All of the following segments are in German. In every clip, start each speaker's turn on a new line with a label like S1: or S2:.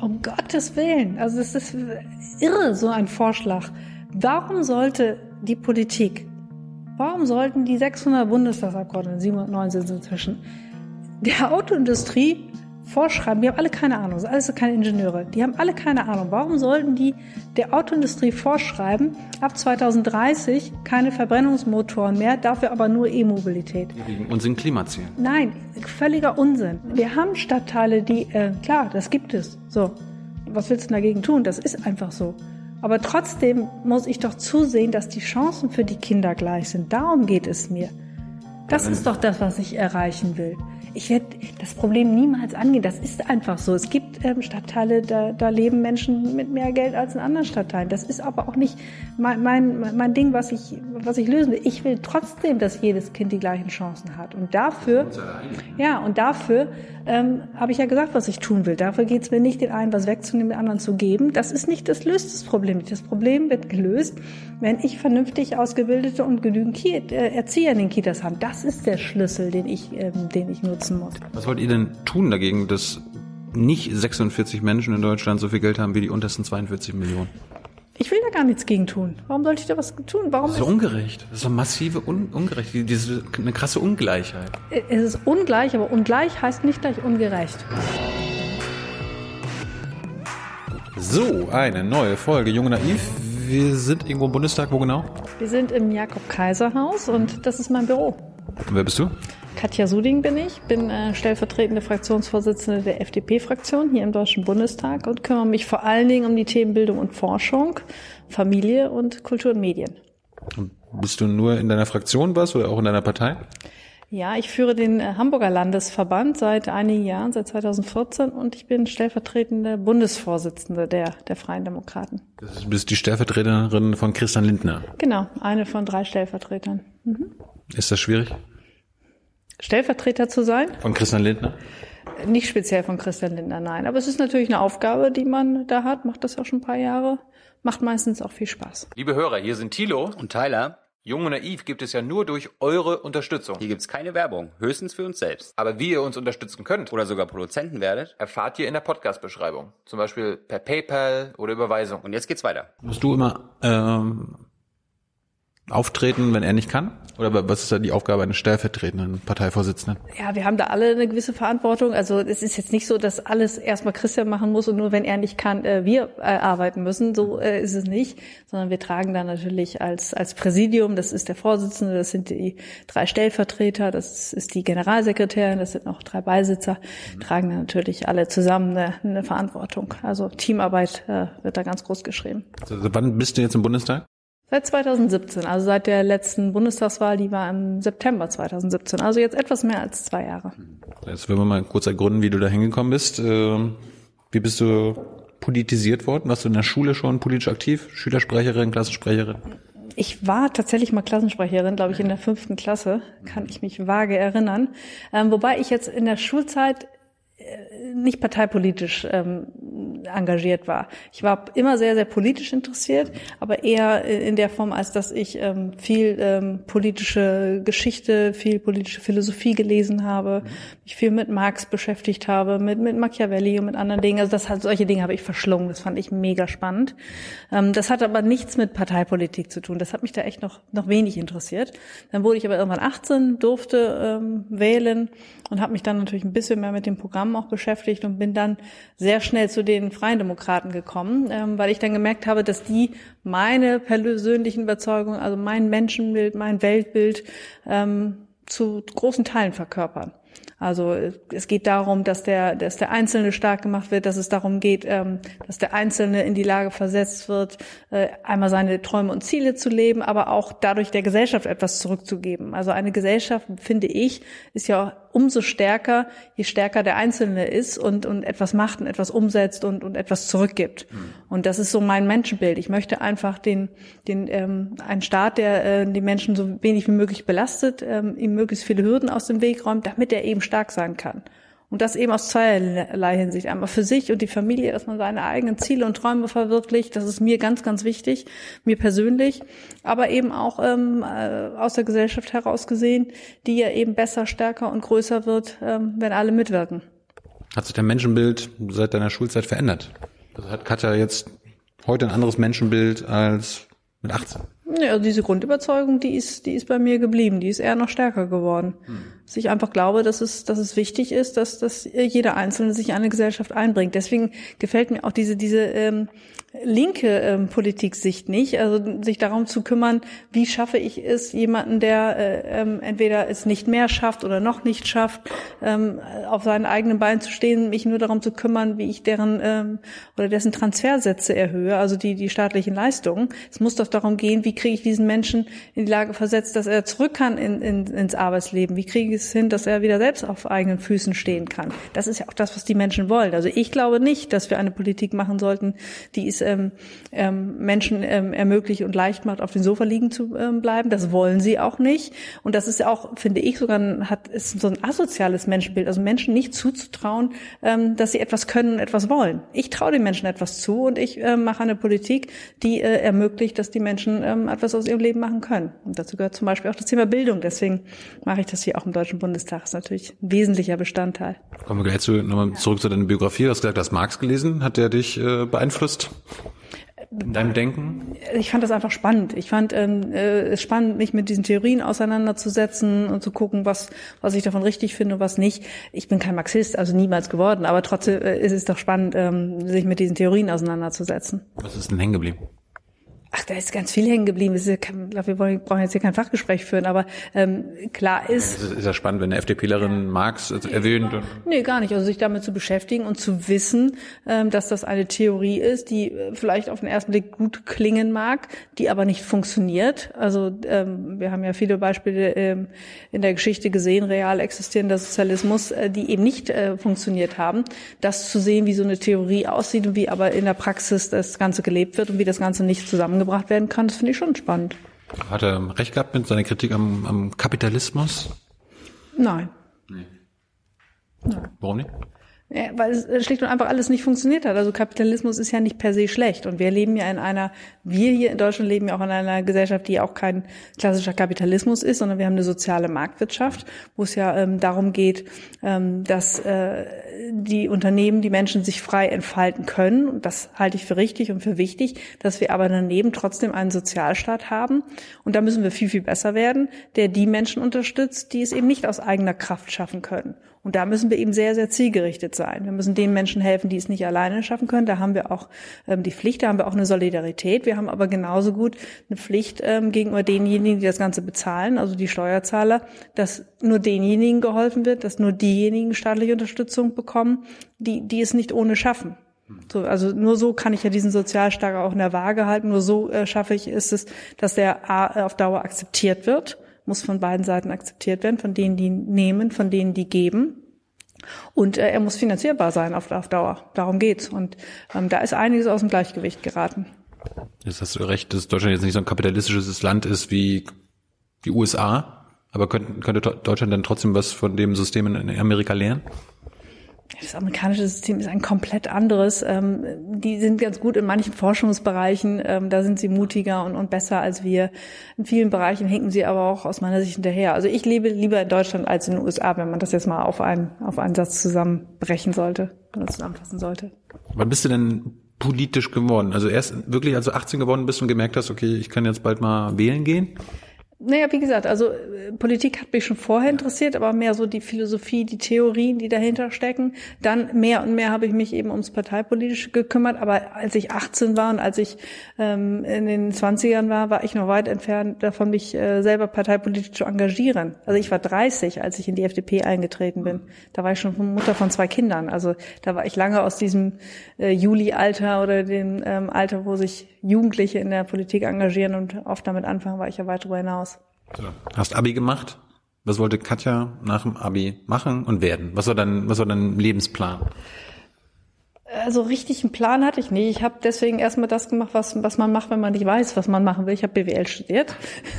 S1: Um Gottes Willen. Also es ist irre, so ein Vorschlag. Warum sollte die Politik, warum sollten die 600 Bundestagsabgeordneten, 709 sind es inzwischen, der Autoindustrie vorschreiben, die haben alle keine Ahnung, sind alles keine Ingenieure, die haben alle keine Ahnung. Warum sollten die der Autoindustrie vorschreiben, ab 2030 keine Verbrennungsmotoren mehr, dafür aber nur E-Mobilität?
S2: Wegen unseren Klimazielen.
S1: Nein, völliger Unsinn. Wir haben Stadtteile, die, klar, das gibt es. So, was willst du dagegen tun? Das ist einfach so. Aber trotzdem muss ich doch zusehen, dass die Chancen für die Kinder gleich sind. Darum geht es mir. Das ist doch das, was ich erreichen will. Ich werde das Problem niemals angehen. Das ist einfach so. Es gibt Stadtteile, da leben Menschen mit mehr Geld als in anderen Stadtteilen. Das ist aber auch nicht mein Ding, was ich lösen will. Ich will trotzdem, dass jedes Kind die gleichen Chancen hat. Und dafür, habe ich ja gesagt, was ich tun will. Dafür geht es mir nicht, den einen was wegzunehmen, den anderen zu geben. Das löst das Problem nicht. Das Problem wird gelöst, wenn ich vernünftig ausgebildete und genügend Erzieher in den Kitas habe. Das ist der Schlüssel, den ich nutzen muss.
S2: Was wollt ihr denn tun dagegen, dass nicht 46 Menschen in Deutschland so viel Geld haben wie die untersten 42 Millionen?
S1: Ich will da gar nichts gegen tun. Warum sollte ich da was tun? Warum?
S2: Das ist so ungerecht. Das ist so massive Ungerechtigkeit. Eine krasse Ungleichheit.
S1: Es ist ungleich, aber ungleich heißt nicht gleich ungerecht.
S2: So, eine neue Folge Jung und Naiv. Wir sind irgendwo im Bundestag. Wo genau?
S1: Wir sind im Jakob-Kaiser-Haus und das ist mein Büro.
S2: Und wer bist du?
S1: Katja Suding bin stellvertretende Fraktionsvorsitzende der FDP-Fraktion hier im Deutschen Bundestag und kümmere mich vor allen Dingen um die Themen Bildung und Forschung, Familie und Kultur und Medien.
S2: Und bist du nur in deiner Fraktion oder auch in deiner Partei?
S1: Ja, ich führe den Hamburger Landesverband seit einigen Jahren, seit 2014 und ich bin stellvertretende Bundesvorsitzende der Freien Demokraten.
S2: Du bist die Stellvertreterin von Christian Lindner?
S1: Genau, eine von 3 Stellvertretern. Mhm.
S2: Ist das schwierig?
S1: Stellvertreter zu sein?
S2: Von Christian Lindner?
S1: Nicht speziell von Christian Lindner, nein. Aber es ist natürlich eine Aufgabe, die man da hat. Macht das auch schon ein paar Jahre. Macht meistens auch viel Spaß.
S3: Liebe Hörer, hier sind Thilo
S4: und Tyler.
S3: Jung und Naiv gibt es ja nur durch eure Unterstützung.
S4: Hier gibt's keine Werbung, höchstens für uns selbst.
S3: Aber wie ihr uns unterstützen könnt
S4: oder sogar Produzenten werdet,
S3: erfahrt ihr in der Podcast-Beschreibung. Zum Beispiel per PayPal oder Überweisung.
S4: Und jetzt geht's weiter.
S2: Musst du immer auftreten, wenn er nicht kann? Oder was ist da die Aufgabe eines stellvertretenden Parteivorsitzenden?
S1: Ja, wir haben da alle eine gewisse Verantwortung. Also es ist jetzt nicht so, dass alles erstmal Christian machen muss und nur wenn er nicht kann, wir arbeiten müssen. So ist es nicht, sondern wir tragen da natürlich als Präsidium, das ist der Vorsitzende, das sind die 3 Stellvertreter, das ist die Generalsekretärin, das sind noch 3 Beisitzer, tragen da natürlich alle zusammen eine Verantwortung. Also Teamarbeit wird da ganz groß geschrieben.
S2: Also wann bist du jetzt im Bundestag?
S1: Seit 2017, also seit der letzten Bundestagswahl, die war im September 2017, also jetzt etwas mehr als 2 Jahre.
S2: Jetzt wollen wir mal kurz ergründen, wie du da hingekommen bist. Wie bist du politisiert worden? Warst du in der Schule schon politisch aktiv? Schülersprecherin, Klassensprecherin?
S1: Ich war tatsächlich mal Klassensprecherin, glaube ich, in der 5. Klasse, kann ich mich vage erinnern. Wobei ich jetzt in der Schulzeit nicht parteipolitisch engagiert war. Ich war immer sehr, sehr politisch interessiert, aber eher in der Form, als dass ich viel politische Geschichte, viel politische Philosophie gelesen habe, mich viel mit Marx beschäftigt habe, mit Machiavelli und mit anderen Dingen. Also solche Dinge habe ich verschlungen. Das fand ich mega spannend. Das hat aber nichts mit Parteipolitik zu tun. Das hat mich da echt noch wenig interessiert. Dann wurde ich aber irgendwann 18, durfte wählen und habe mich dann natürlich ein bisschen mehr mit dem Programm auch beschäftigt und bin dann sehr schnell zu den Freien Demokraten gekommen, weil ich dann gemerkt habe, dass die meine persönlichen Überzeugungen, also mein Menschenbild, mein Weltbild zu großen Teilen verkörpern. Also es geht darum, dass der Einzelne stark gemacht wird, dass es darum geht, dass der Einzelne in die Lage versetzt wird, einmal seine Träume und Ziele zu leben, aber auch dadurch der Gesellschaft etwas zurückzugeben. Also eine Gesellschaft, finde ich, ist ja umso stärker, je stärker der Einzelne ist und etwas macht und etwas umsetzt und etwas zurückgibt. Und das ist so mein Menschenbild. Ich möchte einfach einen Staat, der die Menschen so wenig wie möglich belastet, ihm möglichst viele Hürden aus dem Weg räumt, damit er eben stark sein kann. Und das eben aus zweierlei Hinsicht. Einmal für sich und die Familie, dass man seine eigenen Ziele und Träume verwirklicht. Das ist mir ganz, ganz wichtig, mir persönlich. Aber eben auch aus der Gesellschaft heraus gesehen, die ja eben besser, stärker und größer wird, wenn alle mitwirken.
S2: Hat sich dein Menschenbild seit deiner Schulzeit verändert? Also hat Katja jetzt heute ein anderes Menschenbild als mit 18?
S1: Ja, also diese Grundüberzeugung, die ist bei mir geblieben, die ist eher noch stärker geworden. Dass ich einfach glaube, dass es wichtig ist, dass jeder Einzelne sich in eine Gesellschaft einbringt. Deswegen gefällt mir auch diese linke Politiksicht nicht, also sich darum zu kümmern, wie schaffe ich es, jemanden, der entweder es nicht mehr schafft oder noch nicht schafft, auf seinen eigenen Beinen zu stehen, mich nur darum zu kümmern, wie ich deren oder dessen Transfersätze erhöhe, also die staatlichen Leistungen. Es muss doch darum gehen, wie kriege ich diesen Menschen in die Lage versetzt, dass er zurück kann ins Arbeitsleben, wie kriege ich es hin, dass er wieder selbst auf eigenen Füßen stehen kann. Das ist ja auch das, was die Menschen wollen. Also ich glaube nicht, dass wir eine Politik machen sollten, die es Menschen ermöglicht und leicht macht, auf dem Sofa liegen zu bleiben. Das wollen sie auch nicht. Und das ist ja auch, finde ich, sogar ist so ein asoziales Menschenbild. Also Menschen nicht zuzutrauen, dass sie etwas können und etwas wollen. Ich traue den Menschen etwas zu und ich mache eine Politik, die ermöglicht, dass die Menschen etwas aus ihrem Leben machen können. Und dazu gehört zum Beispiel auch das Thema Bildung. Deswegen mache ich das hier auch im Deutschen Bundestag. Das ist natürlich ein wesentlicher Bestandteil.
S2: Kommen wir gleich nochmal zurück zu deiner Biografie. Du hast gesagt, du hast Marx gelesen. Hat der dich beeinflusst? In deinem Denken?
S1: Ich fand das einfach spannend. Ich fand es spannend, mich mit diesen Theorien auseinanderzusetzen und zu gucken, was ich davon richtig finde und was nicht. Ich bin kein Marxist, also niemals geworden, aber trotzdem ist es doch spannend, sich mit diesen Theorien auseinanderzusetzen.
S2: Was ist denn hängen geblieben?
S1: Ach, da ist ganz viel hängen geblieben. Ich glaube, wir brauchen jetzt hier kein Fachgespräch führen, aber klar ist...
S2: Ist ja spannend, wenn eine FDPlerin Marx erwähnt.
S1: Nee, gar nicht. Also sich damit zu beschäftigen und zu wissen, dass das eine Theorie ist, die vielleicht auf den ersten Blick gut klingen mag, die aber nicht funktioniert. Also wir haben ja viele Beispiele in der Geschichte gesehen, real existierender Sozialismus, die eben nicht funktioniert haben. Das zu sehen, wie so eine Theorie aussieht und wie aber in der Praxis das Ganze gelebt wird und wie das Ganze nicht zusammengebracht werden kann, das finde ich schon spannend.
S2: Hat er recht gehabt mit seiner Kritik am Kapitalismus?
S1: Nein.
S2: Nee.
S1: Nein.
S2: Warum nicht?
S1: Ja, weil es schlicht und einfach alles nicht funktioniert hat. Also Kapitalismus ist ja nicht per se schlecht. Und wir leben ja wir hier in Deutschland leben ja auch in einer Gesellschaft, die auch kein klassischer Kapitalismus ist, sondern wir haben eine soziale Marktwirtschaft, wo es ja darum geht, dass die Unternehmen, die Menschen sich frei entfalten können. Und das halte ich für richtig und für wichtig, dass wir aber daneben trotzdem einen Sozialstaat haben. Und da müssen wir viel, viel besser werden, der die Menschen unterstützt, die es eben nicht aus eigener Kraft schaffen können. Und da müssen wir eben sehr, sehr zielgerichtet sein. Wir müssen den Menschen helfen, die es nicht alleine schaffen können. Da haben wir auch die Pflicht, da haben wir auch eine Solidarität. Wir haben aber genauso gut eine Pflicht gegenüber denjenigen, die das Ganze bezahlen, also die Steuerzahler, dass nur denjenigen geholfen wird, dass nur diejenigen staatliche Unterstützung bekommen, die es nicht ohne schaffen. So, also nur so kann ich ja diesen Sozialstaat auch in der Waage halten. Nur so schaffe ich es, dass der auf Dauer akzeptiert wird. Muss von beiden Seiten akzeptiert werden, von denen, die nehmen, von denen, die geben. Und er muss finanzierbar sein auf Dauer. Darum geht's. Und da ist einiges aus dem Gleichgewicht geraten.
S2: Jetzt hast du recht, dass Deutschland jetzt nicht so ein kapitalistisches Land ist wie die USA. Aber könnte Deutschland dann trotzdem was von dem System in Amerika lernen?
S1: Das amerikanische System ist ein komplett anderes. Die sind ganz gut in manchen Forschungsbereichen, da sind sie mutiger und besser als wir. In vielen Bereichen hinken sie aber auch aus meiner Sicht hinterher. Also ich lebe lieber in Deutschland als in den USA, wenn man das jetzt mal auf einen Satz zusammenbrechen sollte oder zusammenfassen sollte.
S2: Wann bist du denn politisch geworden? Also erst wirklich, als du 18 geworden bist und gemerkt hast, okay, ich kann jetzt bald mal wählen gehen?
S1: Naja, wie gesagt, also Politik hat mich schon vorher interessiert, aber mehr so die Philosophie, die Theorien, die dahinter stecken. Dann mehr und mehr habe ich mich eben ums Parteipolitische gekümmert. Aber als ich 18 war und als ich in den 20ern war ich noch weit entfernt davon, mich selber parteipolitisch zu engagieren. Also ich war 30, als ich in die FDP eingetreten bin. Da war ich schon Mutter von 2 Kindern. Also da war ich lange aus diesem Juli-Alter oder dem Alter, wo sich Jugendliche in der Politik engagieren und oft damit anfangen, war ich ja weit darüber hinaus.
S2: So. Hast Abi gemacht? Was wollte Katja nach dem Abi machen und werden? Was war dein Lebensplan?
S1: Also richtig einen Plan hatte ich nicht. Ich habe deswegen erstmal das gemacht, was man macht, wenn man nicht weiß, was man machen will. Ich habe BWL studiert.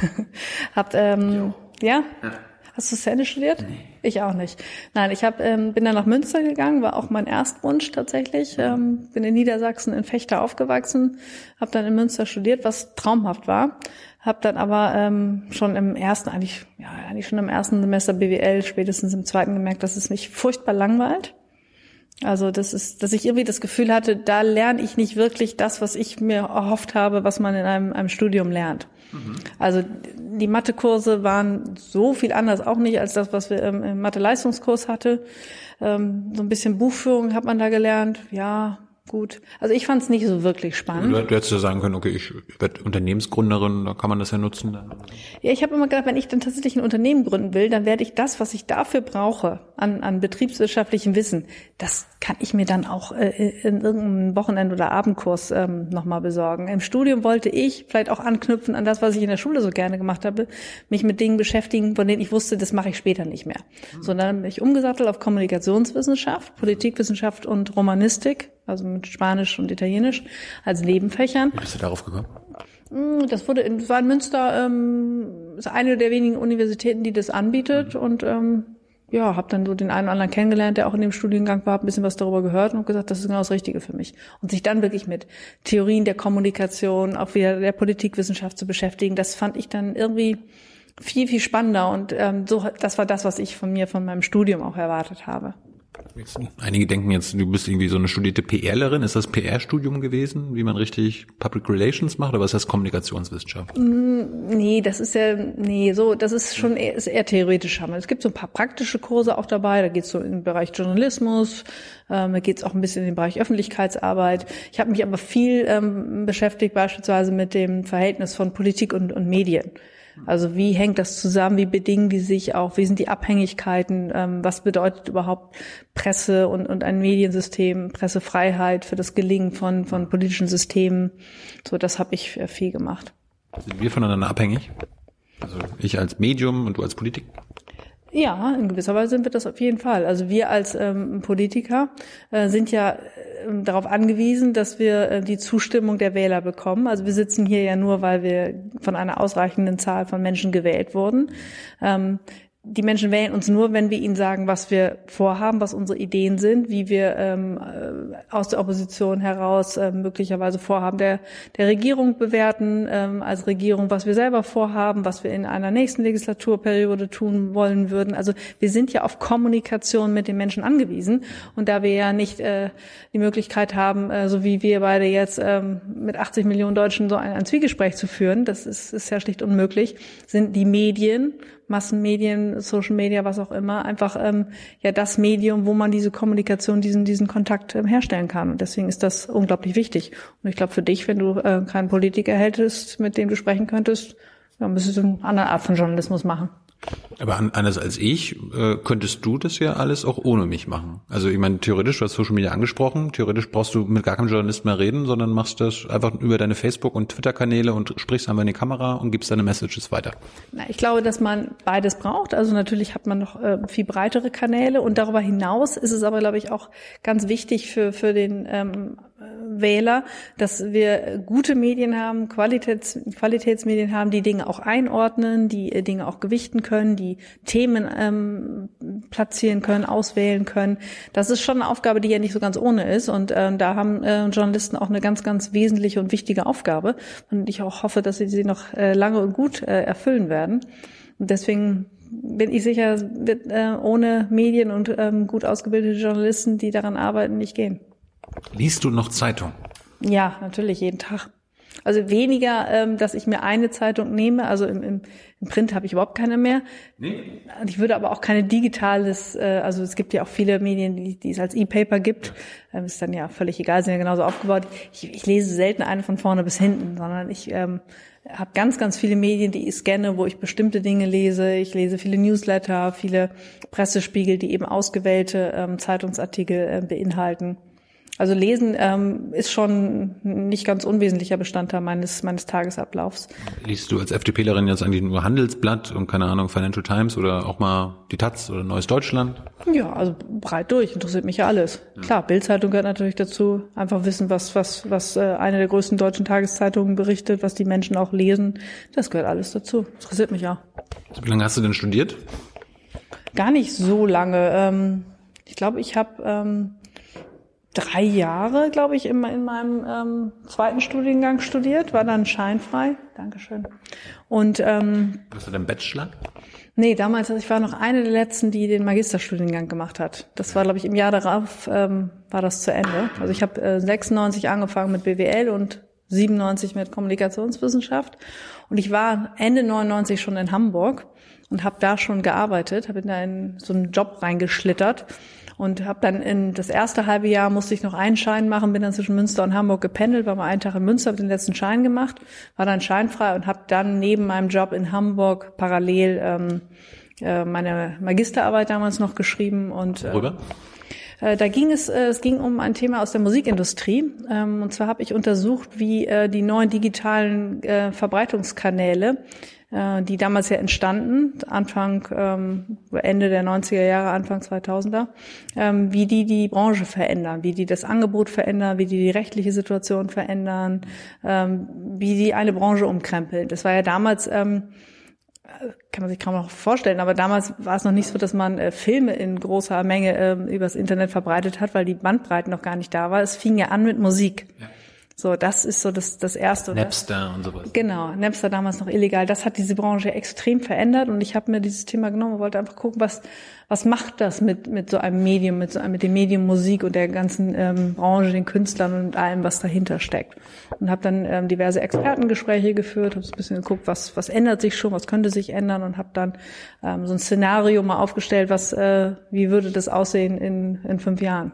S1: Ja? Hast du zu Ende studiert? Nee. Ich auch nicht. Nein, ich bin dann nach Münster gegangen, war auch mein Erstwunsch tatsächlich. Bin in Niedersachsen in Vechta aufgewachsen, habe dann in Münster studiert, was traumhaft war. Habe dann aber schon im ersten Semester BWL, spätestens im zweiten gemerkt, dass es mich furchtbar langweilt. Also dass ich irgendwie das Gefühl hatte, da lerne ich nicht wirklich das, was ich mir erhofft habe, was man in einem Studium lernt. Also die Mathekurse waren so viel anders auch nicht als das, was wir im Mathe-Leistungskurs hatte. So ein bisschen Buchführung hat man da gelernt. Ja, gut. Also ich fand es nicht so wirklich spannend.
S2: Du hättest ja sagen können, okay, ich werde Unternehmensgründerin, da kann man das ja nutzen. Dann.
S1: Ja, ich habe immer gedacht, wenn ich dann tatsächlich ein Unternehmen gründen will, dann werde ich das, was ich dafür brauche, an betriebswirtschaftlichem Wissen, das kann ich mir dann auch in irgendeinem Wochenend- oder Abendkurs nochmal besorgen. Im Studium wollte ich vielleicht auch anknüpfen an das, was ich in der Schule so gerne gemacht habe, mich mit Dingen beschäftigen, von denen ich wusste, das mache ich später nicht mehr. Sondern mich umgesattelt auf Kommunikationswissenschaft, Politikwissenschaft und Romanistik, also mit Spanisch und Italienisch als Nebenfächern.
S2: Wie bist du darauf gekommen?
S1: Das war in Münster, ist eine der wenigen Universitäten, die das anbietet und habe dann so den einen oder anderen kennengelernt, der auch in dem Studiengang war, ein bisschen was darüber gehört und gesagt, das ist genau das Richtige für mich. Und sich dann wirklich mit Theorien der Kommunikation, auch wieder der Politikwissenschaft zu beschäftigen, das fand ich dann irgendwie viel, viel spannender und das war das, was ich von meinem Studium auch erwartet habe.
S2: Einige denken jetzt, du bist irgendwie so eine studierte PRlerin. Ist das PR-Studium gewesen, wie man richtig Public Relations macht, oder was ist das Kommunikationswissenschaft?
S1: Nee, das ist schon eher theoretisch. Es gibt so ein paar praktische Kurse auch dabei. Da geht's so in den Bereich Journalismus, da geht's auch ein bisschen in den Bereich Öffentlichkeitsarbeit. Ich habe mich aber viel beschäftigt, beispielsweise mit dem Verhältnis von Politik und Medien. Also wie hängt das zusammen, wie bedingen die sich auch, wie sind die Abhängigkeiten, was bedeutet überhaupt Presse und ein Mediensystem, Pressefreiheit für das Gelingen von politischen Systemen. So, das habe ich viel gemacht.
S2: Sind wir voneinander abhängig? Also ich als Medium und du als Politik?
S1: Ja, in gewisser Weise sind wir das auf jeden Fall. Also wir als Politiker sind ja darauf angewiesen, dass wir die Zustimmung der Wähler bekommen. Also wir sitzen hier ja nur, weil wir von einer ausreichenden Zahl von Menschen gewählt wurden. Die Menschen wählen uns nur, wenn wir ihnen sagen, was wir vorhaben, was unsere Ideen sind, wie wir aus der Opposition heraus möglicherweise Vorhaben der Regierung bewerten, als Regierung, was wir selber vorhaben, was wir in einer nächsten Legislaturperiode tun wollen würden. Also wir sind ja auf Kommunikation mit den Menschen angewiesen. Und da wir ja nicht die Möglichkeit haben, so wie wir beide jetzt mit 80 Millionen Deutschen so ein Zwiegespräch zu führen, das ist ja schlicht unmöglich, sind die Medien, Massenmedien, Social Media, was auch immer, einfach das Medium, wo man diese Kommunikation, diesen Kontakt herstellen kann. Und deswegen ist das unglaublich wichtig. Und ich glaube für dich, wenn du keinen Politiker hättest, mit dem du sprechen könntest, dann müsstest du eine andere Art von Journalismus machen.
S2: Aber anders als ich, könntest du das ja alles auch ohne mich machen. Also ich meine, theoretisch, du hast Social Media angesprochen, theoretisch brauchst du mit gar keinem Journalist mehr reden, sondern machst das einfach über deine Facebook- und Twitter-Kanäle und sprichst einfach in die Kamera und gibst deine Messages weiter.
S1: Ich glaube, dass man beides braucht. Also natürlich hat man noch viel breitere Kanäle und darüber hinaus ist es aber, glaube ich, auch ganz wichtig für den Wähler, dass wir gute Medien haben, Qualitätsmedien haben, die Dinge auch einordnen, die Dinge auch gewichten können, die Themen platzieren können, auswählen können. Das ist schon eine Aufgabe, die ja nicht so ganz ohne ist. Und da haben Journalisten auch eine ganz, ganz wesentliche und wichtige Aufgabe. Und ich auch hoffe, dass sie noch lange und gut erfüllen werden. Und deswegen bin ich sicher, wird ohne Medien und gut ausgebildete Journalisten, die daran arbeiten, nicht gehen.
S2: Liest du noch Zeitung?
S1: Ja, natürlich, jeden Tag. Also weniger, dass ich mir eine Zeitung nehme, also im Print habe ich überhaupt keine mehr. Nee. Und ich würde aber auch keine digitales, also es gibt ja auch viele Medien, die es als E-Paper gibt. Ist dann ja völlig egal, sind ja genauso aufgebaut. Ich lese selten eine von vorne bis hinten, sondern ich habe ganz, ganz viele Medien, die ich scanne, wo ich bestimmte Dinge lese. Ich lese viele Newsletter, viele Pressespiegel, die eben ausgewählte Zeitungsartikel beinhalten. Also Lesen ist schon nicht ganz unwesentlicher Bestandteil meines Tagesablaufs.
S2: Liest du als FDPlerin jetzt eigentlich nur Handelsblatt und keine Ahnung, Financial Times oder auch mal die Taz oder Neues Deutschland?
S1: Ja, also breit durch, interessiert mich ja alles. Ja. Klar, Bild-Zeitung gehört natürlich dazu. Einfach wissen, was eine der größten deutschen Tageszeitungen berichtet, was die Menschen auch lesen. Das gehört alles dazu. Interessiert mich auch.
S2: Also wie lange hast du denn studiert?
S1: Gar nicht so lange. Ich glaube, ich habe 3 Jahre, glaube ich, in meinem zweiten Studiengang studiert, war dann scheinfrei. Dankeschön. Und
S2: Hast du deinen Bachelor?
S1: nee, damals, also ich war noch eine der letzten, die den Magisterstudiengang gemacht hat. Das war, glaube ich, im Jahr darauf war das zu Ende. Also ich habe 96 angefangen mit BWL und 97 mit Kommunikationswissenschaft. Und ich war Ende 99 schon in Hamburg und habe da schon gearbeitet, habe da in so einen Job reingeschlittert und habe dann in das erste halbe Jahr musste ich noch einen Schein machen, bin dann zwischen Münster und Hamburg gependelt, war mal einen Tag in Münster, habe den letzten Schein gemacht, war dann scheinfrei und habe dann neben meinem Job in Hamburg parallel meine Magisterarbeit damals noch geschrieben und
S2: Worüber?
S1: Da ging es ging um ein Thema aus der Musikindustrie. Und zwar habe ich untersucht, wie die neuen digitalen Verbreitungskanäle, die damals ja entstanden, Ende der 90er Jahre, Anfang 2000er, wie die Branche verändern, wie die das Angebot verändern, wie die rechtliche Situation verändern, wie die eine Branche umkrempeln. Das war ja damals kann man sich kaum noch vorstellen, aber damals war es noch nicht so, dass man Filme in großer Menge übers Internet verbreitet hat, weil die Bandbreite noch gar nicht da war. Es fing ja an mit Musik. Ja. So, das ist so das Erste.
S2: Napster und sowas.
S1: Genau, Napster damals noch illegal. Das hat diese Branche extrem verändert und ich habe mir dieses Thema genommen und wollte einfach gucken, was macht das mit so einem Medium, mit dem Medium Musik und der ganzen Branche, den Künstlern und allem, was dahinter steckt. Und habe dann diverse Expertengespräche geführt, habe so ein bisschen geguckt, was ändert sich schon, was könnte sich ändern und habe dann so ein Szenario mal aufgestellt, wie würde das aussehen in 5 Jahren.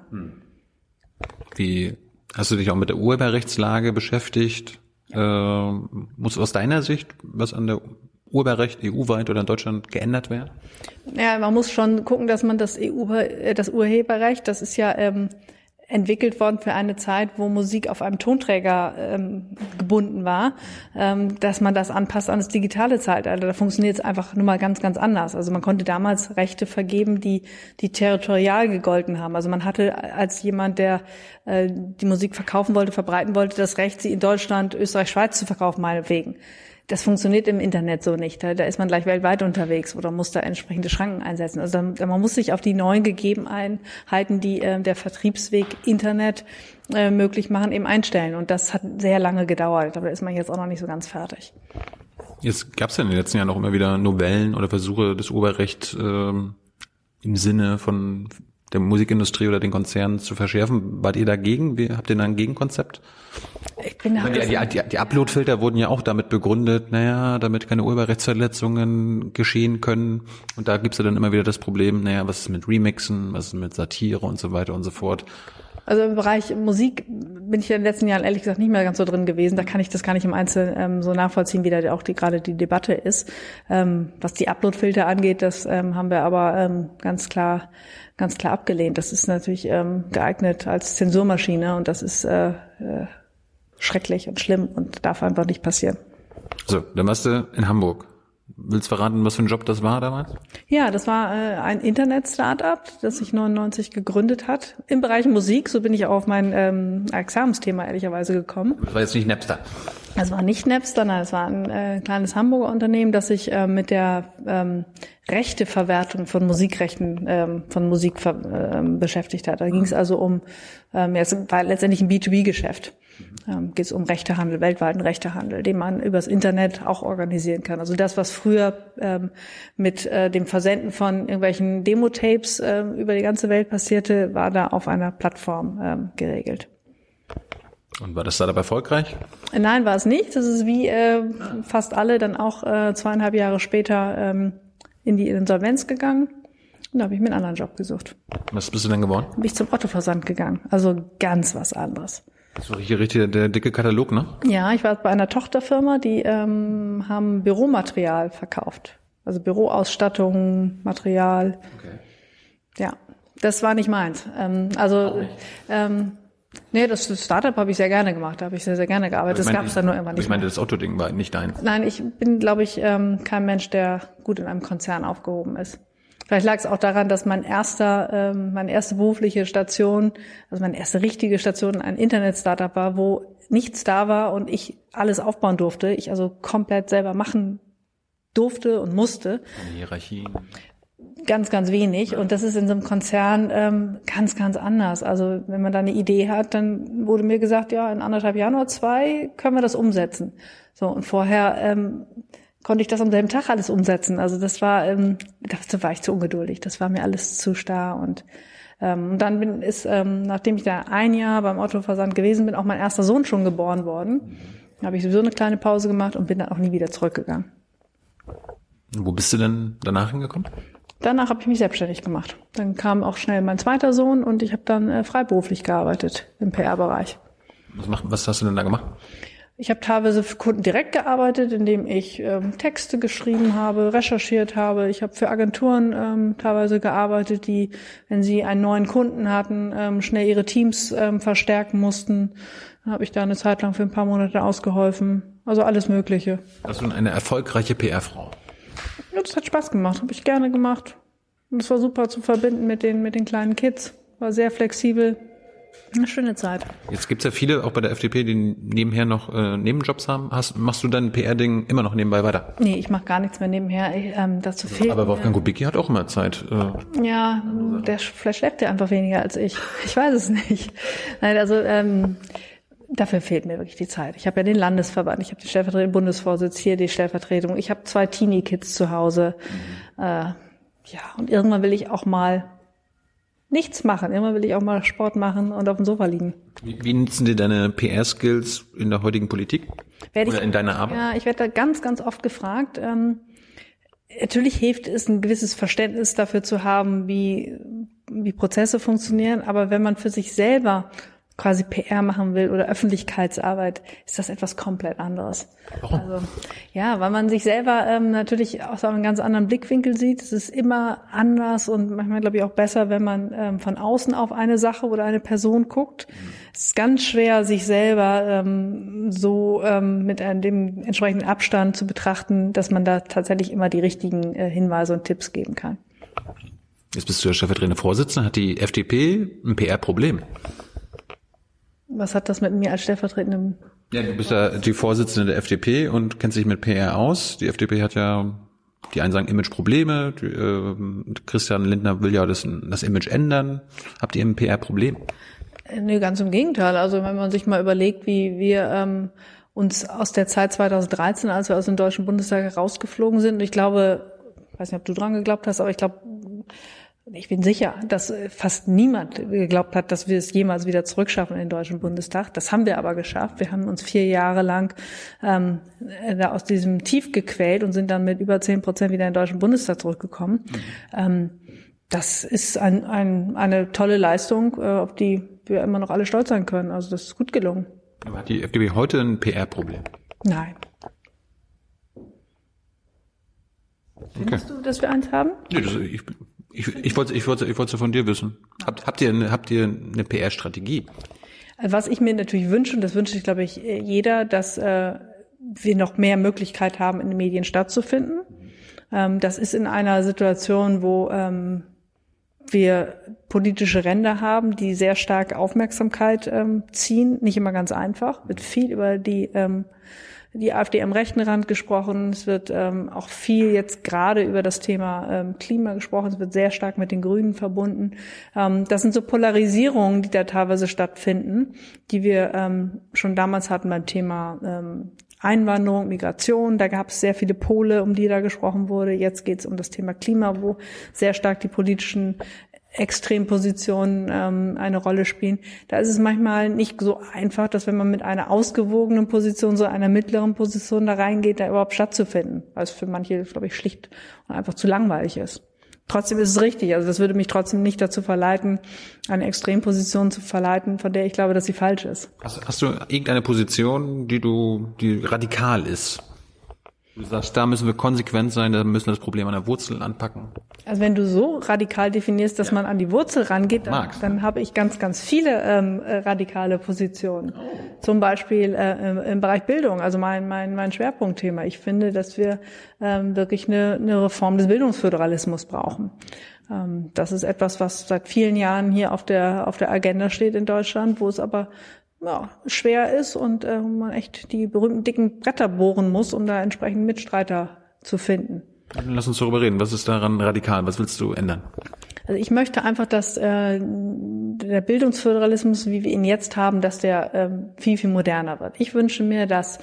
S2: Wie hast du dich auch mit der Urheberrechtslage beschäftigt? Muss aus deiner Sicht was an der Urheberrecht EU-weit oder in Deutschland geändert werden?
S1: Ja, man muss schon gucken, dass man das Urheberrecht, das ist ja entwickelt worden für eine Zeit, wo Musik auf einem Tonträger gebunden war, dass man das anpasst an das digitale Zeitalter. Da funktioniert es einfach nur mal ganz, ganz anders. Also man konnte damals Rechte vergeben, die territorial gegolten haben. Also man hatte als jemand, der die Musik verkaufen wollte, verbreiten wollte, das Recht, sie in Deutschland, Österreich, Schweiz zu verkaufen, meinetwegen. Das funktioniert im Internet so nicht. Da ist man gleich weltweit unterwegs oder muss da entsprechende Schranken einsetzen. Also man muss sich auf die neuen Gegebenheiten, die der Vertriebsweg Internet möglich machen, eben einstellen. Und das hat sehr lange gedauert. Aber da ist man jetzt auch noch nicht so ganz fertig.
S2: Jetzt gab es ja in den letzten Jahren auch immer wieder Novellen oder Versuche, das Urheberrecht im Sinne von der Musikindustrie oder den Konzernen zu verschärfen. Wart ihr dagegen? Habt ihr da ein Gegenkonzept? Die Uploadfilter wurden ja auch damit begründet, damit keine Urheberrechtsverletzungen geschehen können. Und da gibt's ja dann immer wieder das Problem, was ist mit Remixen, was ist mit Satire und so weiter und so fort.
S1: Also im Bereich Musik bin ich in den letzten Jahren ehrlich gesagt nicht mehr ganz so drin gewesen. Da kann ich das gar nicht im Einzelnen so nachvollziehen, wie da auch gerade die Debatte ist. Was die Uploadfilter angeht, das haben wir aber ganz klar abgelehnt. Das ist natürlich geeignet als Zensurmaschine und das ist schrecklich und schlimm und darf einfach nicht passieren.
S2: So, dann warst du in Hamburg. Willst du verraten, was für ein Job das war damals?
S1: Ja, das war ein Internet-Startup, das sich 99 gegründet hat. Im Bereich Musik, so bin ich auch auf mein Examensthema ehrlicherweise gekommen.
S2: Das war jetzt nicht Napster.
S1: Es war nicht Napster, nein, es war ein kleines Hamburger Unternehmen, das sich mit der Rechteverwertung von Musikrechten von Musik beschäftigt hat. Da ging es also um, es war letztendlich ein B2B-Geschäft. Geht es um Rechtehandel, weltweiten Rechtehandel, den man übers Internet auch organisieren kann. Also das, was früher mit dem Versenden von irgendwelchen Demo-Tapes über die ganze Welt passierte, war da auf einer Plattform geregelt.
S2: Und war das Startup erfolgreich?
S1: Nein, war es nicht. Das ist wie fast alle dann auch 2,5 Jahre später in die Insolvenz gegangen. Und da habe ich mir einen anderen Job gesucht.
S2: Was bist du denn geworden?
S1: Bin ich zum Otto-Versand gegangen. Also ganz was anderes.
S2: Das war hier richtig der dicke Katalog, ne?
S1: Ja, ich war bei einer Tochterfirma, die haben Büromaterial verkauft. Also Büroausstattung, Material.
S2: Okay.
S1: Ja, das war nicht meins. Nee, das Startup habe ich sehr gerne gemacht. Da habe ich sehr, sehr gerne gearbeitet. Das gab es dann nur irgendwann nicht.
S2: Ich meine, das Otto-Ding war nicht dein.
S1: Nein, ich bin, glaube ich, kein Mensch, der gut in einem Konzern aufgehoben ist. Vielleicht lag es auch daran, dass meine erste berufliche Station, also meine erste richtige Station ein Internet-Startup war, wo nichts da war und ich alles aufbauen durfte. Ich also komplett selber machen durfte und musste.
S2: Eine Hierarchie.
S1: ganz, ganz wenig. Und das ist in so einem Konzern ganz, ganz anders. Also wenn man da eine Idee hat, dann wurde mir gesagt, ja, in 1,5 Jahren oder 2 können wir das umsetzen. So, und vorher konnte ich das am selben Tag alles umsetzen. Also dazu war ich zu ungeduldig. Das war mir alles zu starr. Und dann nachdem ich da 1 Jahr beim Otto-Versand gewesen bin, auch mein erster Sohn schon geboren worden. Da habe ich sowieso eine kleine Pause gemacht und bin dann auch nie wieder zurückgegangen.
S2: Wo bist du denn danach hingekommen?
S1: Danach habe ich mich selbstständig gemacht. Dann kam auch schnell mein zweiter Sohn und ich habe dann freiberuflich gearbeitet im PR-Bereich.
S2: Was hast du denn da gemacht?
S1: Ich habe teilweise für Kunden direkt gearbeitet, indem ich Texte geschrieben habe, recherchiert habe. Ich habe für Agenturen teilweise gearbeitet, die, wenn sie einen neuen Kunden hatten, schnell ihre Teams verstärken mussten. Dann habe ich da eine Zeit lang für ein paar Monate ausgeholfen. Also alles Mögliche.
S2: Das ist eine erfolgreiche PR-Frau.
S1: Ja, das hat Spaß gemacht, habe ich gerne gemacht. Und es war super zu verbinden mit den kleinen Kids. War sehr flexibel. Eine schöne Zeit.
S2: Jetzt gibt's ja viele, auch bei der FDP, die nebenher noch Nebenjobs haben. Machst du dein PR-Ding immer noch nebenbei weiter?
S1: Nee, ich mache gar nichts mehr nebenher. Dazu fehlt
S2: Aber Wolfgang Kubicki hat auch immer Zeit.
S1: Ja, vielleicht schläft er einfach weniger als ich. Ich weiß es nicht. Nein, also dafür fehlt mir wirklich die Zeit. Ich habe ja den Landesverband, ich habe den stellvertretenden Bundesvorsitz, hier die Stellvertretung. Ich habe 2 Teenie-Kids zu Hause. Und irgendwann will ich auch mal nichts machen. Irgendwann will ich auch mal Sport machen und auf dem Sofa liegen.
S2: Wie nutzen dir deine PR-Skills in der heutigen Politik? Oder in deiner Arbeit?
S1: Ja, ich werde da ganz, ganz oft gefragt. Natürlich hilft es, ein gewisses Verständnis dafür zu haben, wie Prozesse funktionieren. Aber wenn man für sich selber quasi PR machen will oder Öffentlichkeitsarbeit, ist das etwas komplett anderes.
S2: Warum?
S1: Also, ja, weil man sich selber natürlich aus einem ganz anderen Blickwinkel sieht. Es ist immer anders und manchmal, glaube ich, auch besser, wenn man von außen auf eine Sache oder eine Person guckt. Es ist ganz schwer, sich selber mit dem entsprechenden Abstand zu betrachten, dass man da tatsächlich immer die richtigen Hinweise und Tipps geben kann.
S2: Jetzt bist du der stellvertretende Vorsitzende. Hat die FDP ein PR-Problem?
S1: Was hat das mit mir als stellvertretendem?
S2: Ja, du bist ja die Vorsitzende der FDP und kennst dich mit PR aus. Die FDP hat ja, die einen sagen Imageprobleme. Christian Lindner will ja das Image ändern. Habt ihr ein PR-Problem?
S1: Nee, ganz im Gegenteil. Also wenn man sich mal überlegt, wie wir uns aus der Zeit 2013, als wir aus dem Deutschen Bundestag herausgeflogen sind, und ich glaube, ich weiß nicht, ob du dran geglaubt hast, aber ich bin sicher, dass fast niemand geglaubt hat, dass wir es jemals wieder zurückschaffen in den Deutschen Bundestag. Das haben wir aber geschafft. Wir haben uns 4 Jahre lang da aus diesem Tief gequält und sind dann mit über 10% wieder in den Deutschen Bundestag zurückgekommen. Das ist eine tolle Leistung, auf die wir immer noch alle stolz sein können. Also das ist gut gelungen.
S2: Aber hat die FDP heute ein PR-Problem?
S1: Nein. Findest du, dass wir eins haben?
S2: Nee, ich wollte von dir wissen. Habt ihr eine PR-Strategie?
S1: Was ich mir natürlich wünsche, und das wünscht sich, glaube ich, jeder, dass wir noch mehr Möglichkeit haben, in den Medien stattzufinden. Das ist in einer Situation, wo wir politische Ränder haben, die sehr stark Aufmerksamkeit ziehen. Nicht immer ganz einfach. Wird viel über die AfD am rechten Rand gesprochen. Es wird auch viel jetzt gerade über das Thema Klima gesprochen. Es wird sehr stark mit den Grünen verbunden. Das sind so Polarisierungen, die da teilweise stattfinden, die wir schon damals hatten beim Thema Einwanderung, Migration. Da gab es sehr viele Pole, um die da gesprochen wurde. Jetzt geht es um das Thema Klima, wo sehr stark die politischen Extrempositionen eine Rolle spielen. Da ist es manchmal nicht so einfach, dass wenn man mit einer ausgewogenen Position, so einer mittleren Position da reingeht, da überhaupt stattzufinden, weil es für manche, glaube ich, schlicht und einfach zu langweilig ist. Trotzdem ist es richtig. Also das würde mich trotzdem nicht dazu verleiten, eine Extremposition zu verleiten, von der ich glaube, dass sie falsch ist.
S2: Hast du irgendeine Position, die radikal ist? Du sagst, da müssen wir konsequent sein, da müssen wir das Problem an der Wurzel anpacken.
S1: Also wenn du so radikal definierst, dass man an die Wurzel rangeht, dann habe ich ganz, ganz viele radikale Positionen. Zum Beispiel im Bereich Bildung, also mein Schwerpunktthema. Ich finde, dass wir wirklich eine Reform des Bildungsföderalismus brauchen. Das ist etwas, was seit vielen Jahren hier auf der Agenda steht in Deutschland, wo es aber schwer ist und man echt die berühmten dicken Bretter bohren muss, um da entsprechend Mitstreiter zu finden.
S2: Lass uns darüber reden. Was ist daran radikal? Was willst du ändern?
S1: Also ich möchte einfach, dass der Bildungsföderalismus, wie wir ihn jetzt haben, dass der viel, viel moderner wird. Ich wünsche mir, dass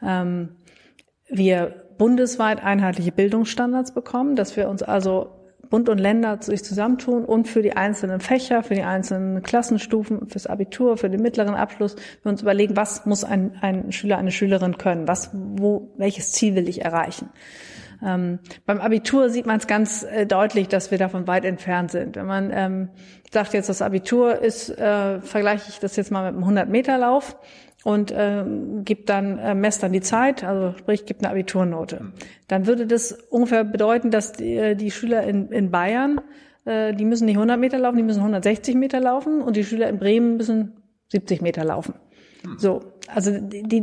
S1: wir bundesweit einheitliche Bildungsstandards bekommen, dass wir uns also Bund und Länder sich zusammentun und für die einzelnen Fächer, für die einzelnen Klassenstufen, fürs Abitur, für den mittleren Abschluss, wir uns überlegen, was muss ein Schüler, eine Schülerin können, welches Ziel will ich erreichen. Beim Abitur sieht man es ganz deutlich, dass wir davon weit entfernt sind. Wenn man sagt jetzt, das Abitur ist, vergleiche ich das jetzt mal mit einem 100-Meter-Lauf und messt dann die Zeit, also sprich, gibt eine Abiturnote. Dann würde das ungefähr bedeuten, dass die Schüler in Bayern, die müssen nicht 100 Meter laufen, die müssen 160 Meter laufen und die Schüler in Bremen müssen 70 Meter laufen. So, also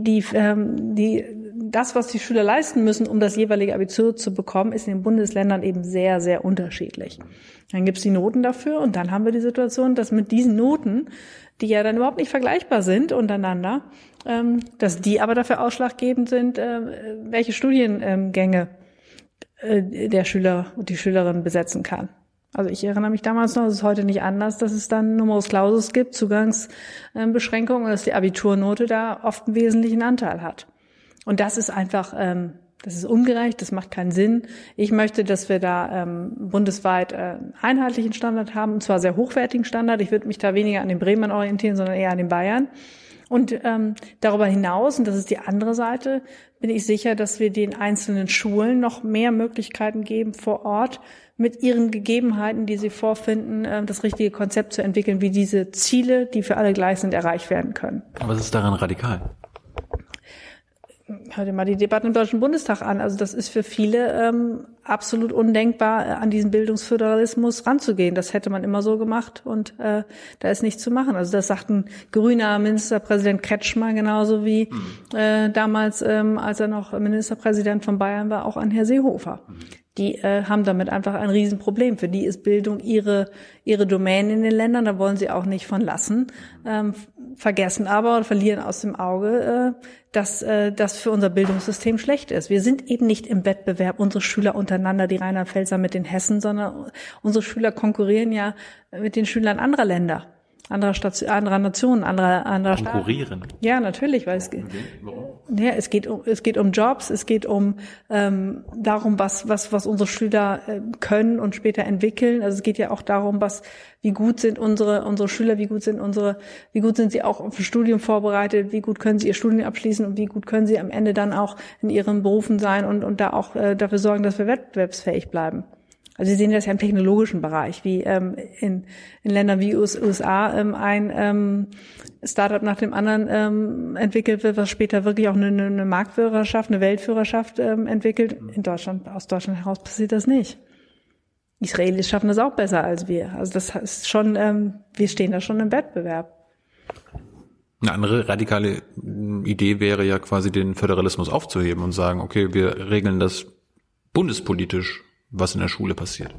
S1: das, was die Schüler leisten müssen, um das jeweilige Abitur zu bekommen, ist in den Bundesländern eben sehr, sehr unterschiedlich. Dann gibt's die Noten dafür und dann haben wir die Situation, dass mit diesen Noten, die ja dann überhaupt nicht vergleichbar sind untereinander, dass die aber dafür ausschlaggebend sind, welche Studiengänge der Schüler und die Schülerin besetzen kann. Also ich erinnere mich damals noch, es ist heute nicht anders, dass es dann Numerus Clausus gibt, Zugangsbeschränkungen und dass die Abiturnote da oft einen wesentlichen Anteil hat. Und das ist einfach, das ist ungerecht, das macht keinen Sinn. Ich möchte, dass wir da bundesweit einheitlichen Standard haben, und zwar sehr hochwertigen Standard. Ich würde mich da weniger an den Bremern orientieren, sondern eher an den Bayern. Und darüber hinaus, und das ist die andere Seite, bin ich sicher, dass wir den einzelnen Schulen noch mehr Möglichkeiten geben, vor Ort mit ihren Gegebenheiten, die sie vorfinden, das richtige Konzept zu entwickeln, wie diese Ziele, die für alle gleich sind, erreicht werden können.
S2: Aber was ist daran radikal?
S1: Hör dir mal die Debatten im Deutschen Bundestag an. Also das ist für viele absolut undenkbar, an diesen Bildungsföderalismus ranzugehen. Das hätte man immer so gemacht und da ist nichts zu machen. Also das sagt ein grüner Ministerpräsident Kretschmer genauso wie damals, als er noch Ministerpräsident von Bayern war, auch an Herr Seehofer. Die haben damit einfach ein Riesenproblem. Für die ist Bildung ihre Domäne in den Ländern, da wollen sie auch nicht von lassen. Vergessen aber oder verlieren aus dem Auge, dass das für unser Bildungssystem schlecht ist. Wir sind eben nicht im Wettbewerb, unsere Schüler untereinander, die Rheinland-Pfälzer mit den Hessen, sondern unsere Schüler konkurrieren ja mit den Schülern anderer Länder. Anderer Nationen, anderer Staaten.
S2: Konkurrieren?
S1: Ja, natürlich, weil es geht um Jobs, es geht um darum, was unsere Schüler können und später entwickeln. Also es geht ja auch darum, wie gut sind unsere Schüler, wie gut sind sie auch für Studium vorbereitet, wie gut können sie ihr Studium abschließen und wie gut können sie am Ende dann auch in ihren Berufen sein und da auch dafür sorgen, dass wir wettbewerbsfähig bleiben. Also Sie sehen das ja im technologischen Bereich, wie in Ländern wie USA ein Startup nach dem anderen entwickelt wird, was später wirklich auch eine Marktführerschaft, eine Weltführerschaft entwickelt. Aus Deutschland heraus passiert das nicht. Israelis schaffen das auch besser als wir. Also das ist schon, wir stehen da schon im Wettbewerb.
S2: Eine andere radikale Idee wäre ja quasi den Föderalismus aufzuheben und sagen, okay, wir regeln das bundespolitisch, was in der Schule passiert.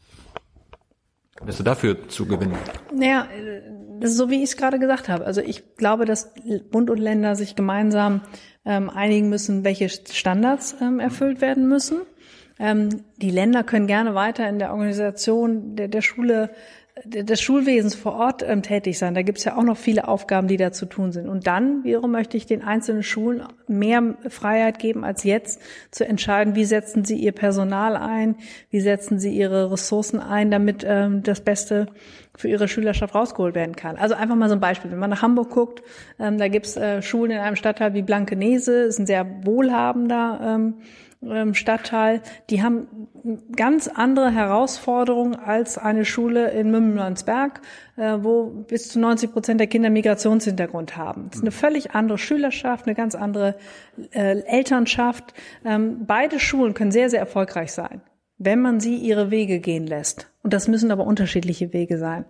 S2: Wärst du dafür zu gewinnen?
S1: Naja, das ist so, wie ich es gerade gesagt habe. Also ich glaube, dass Bund und Länder sich gemeinsam einigen müssen, welche Standards erfüllt werden müssen. Die Länder können gerne weiter in der Organisation der Schule, des Schulwesens vor Ort tätig sein. Da gibt es ja auch noch viele Aufgaben, die da zu tun sind. Und dann wiederum möchte ich den einzelnen Schulen mehr Freiheit geben als jetzt, zu entscheiden, wie setzen sie ihr Personal ein, wie setzen sie ihre Ressourcen ein, damit das Beste für ihre Schülerschaft rausgeholt werden kann. Also einfach mal so ein Beispiel. Wenn man nach Hamburg guckt, da gibt es Schulen in einem Stadtteil wie Blankenese, ist ein sehr wohlhabender Stadtteil, die haben ganz andere Herausforderungen als eine Schule in Mümmelsberg, wo bis zu 90% der Kinder Migrationshintergrund haben. Das ist eine völlig andere Schülerschaft, eine ganz andere Elternschaft. Beide Schulen können sehr, sehr erfolgreich sein, wenn man sie ihre Wege gehen lässt. Und das müssen aber unterschiedliche Wege sein.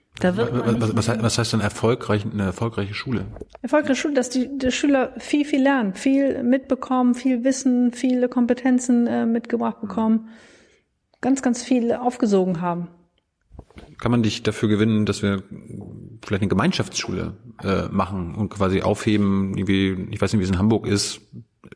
S2: Was heißt denn eine erfolgreiche Schule?
S1: Erfolgreiche Schule, dass die Schüler viel, viel lernen, viel mitbekommen, viel Wissen, viele Kompetenzen mitgebracht bekommen, ganz, ganz viel aufgesogen haben.
S2: Kann man dich dafür gewinnen, dass wir vielleicht eine Gemeinschaftsschule machen und quasi aufheben, wie, ich weiß nicht, wie es in Hamburg ist,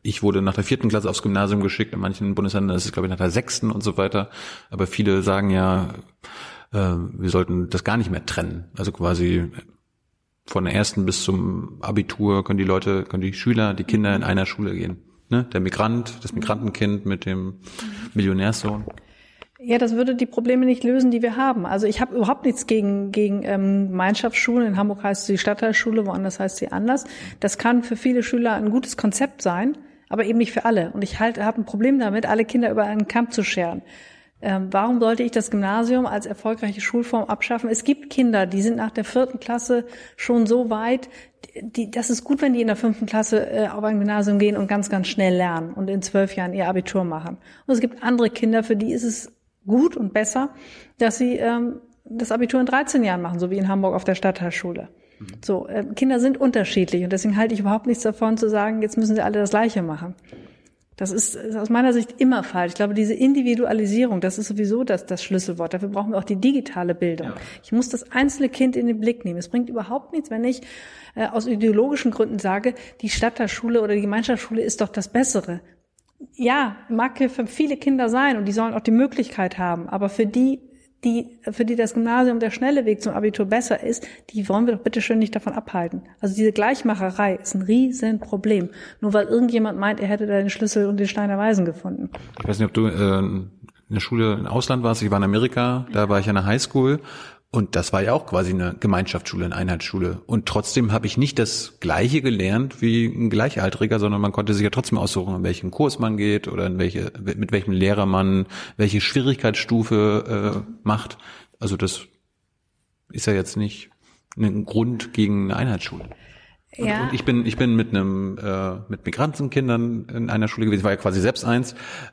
S2: ich wurde nach der 4. Klasse aufs Gymnasium geschickt, in manchen Bundesländern ist es, glaube ich, nach der 6. und so weiter. Aber viele sagen ja, wir sollten das gar nicht mehr trennen. Also quasi von der 1. bis zum Abitur können die Schüler, die Kinder in einer Schule gehen. Ne? Der Migrant, das Migrantenkind mit dem Millionärssohn.
S1: Ja, das würde die Probleme nicht lösen, die wir haben. Also ich habe überhaupt nichts gegen Gemeinschaftsschulen. In Hamburg heißt sie die Stadtteilschule, woanders heißt sie anders. Das kann für viele Schüler ein gutes Konzept sein, aber eben nicht für alle. Und ich habe ein Problem damit, alle Kinder über einen Kamm zu scheren. Warum sollte ich das Gymnasium als erfolgreiche Schulform abschaffen? Es gibt Kinder, die sind nach der 4. Klasse schon so weit, das ist gut, wenn die in der 5. Klasse auf ein Gymnasium gehen und ganz, ganz schnell lernen und in 12 Jahren ihr Abitur machen. Und es gibt andere Kinder, für die ist es gut und besser, dass sie das Abitur in 13 Jahren machen, so wie in Hamburg auf der Stadtteilschule. So, Kinder sind unterschiedlich und deswegen halte ich überhaupt nichts davon zu sagen, jetzt müssen sie alle das Gleiche machen. Das ist aus meiner Sicht immer falsch. Ich glaube, diese Individualisierung, das ist sowieso das Schlüsselwort. Dafür brauchen wir auch die digitale Bildung. Ja. Ich muss das einzelne Kind in den Blick nehmen. Es bringt überhaupt nichts, wenn ich aus ideologischen Gründen sage, die Stadtteilschule oder die Gemeinschaftsschule ist doch das Bessere. Ja, mag für viele Kinder sein und die sollen auch die Möglichkeit haben. Aber für die das Gymnasium der schnelle Weg zum Abitur besser ist, die wollen wir doch bitte schön nicht davon abhalten. Also diese Gleichmacherei ist ein Riesenproblem. Nur weil irgendjemand meint, er hätte da den Schlüssel und den Stein der Weisen gefunden.
S2: Ich weiß nicht, ob du in der Schule im Ausland warst. Ich war in Amerika, da war ich an der Highschool. Und das war ja auch quasi eine Gemeinschaftsschule, eine Einheitsschule. Und trotzdem habe ich nicht das Gleiche gelernt wie ein Gleichaltriger, sondern man konnte sich ja trotzdem aussuchen, in welchen Kurs man geht oder mit welchem Lehrer man welche Schwierigkeitsstufe macht. Also das ist ja jetzt nicht ein Grund gegen eine Einheitsschule. Ja. Und ich bin mit Migrantenkindern in einer Schule gewesen, ich war ja quasi selbst eins.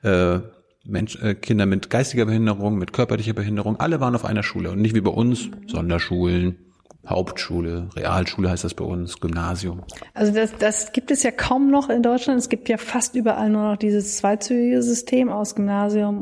S2: Kinder mit geistiger Behinderung, mit körperlicher Behinderung, alle waren auf einer Schule und nicht wie bei uns Sonderschulen, Hauptschule, Realschule heißt das bei uns, Gymnasium. Also
S1: das gibt es ja kaum noch in Deutschland. Es gibt ja fast überall nur noch dieses zweizügige System aus Gymnasium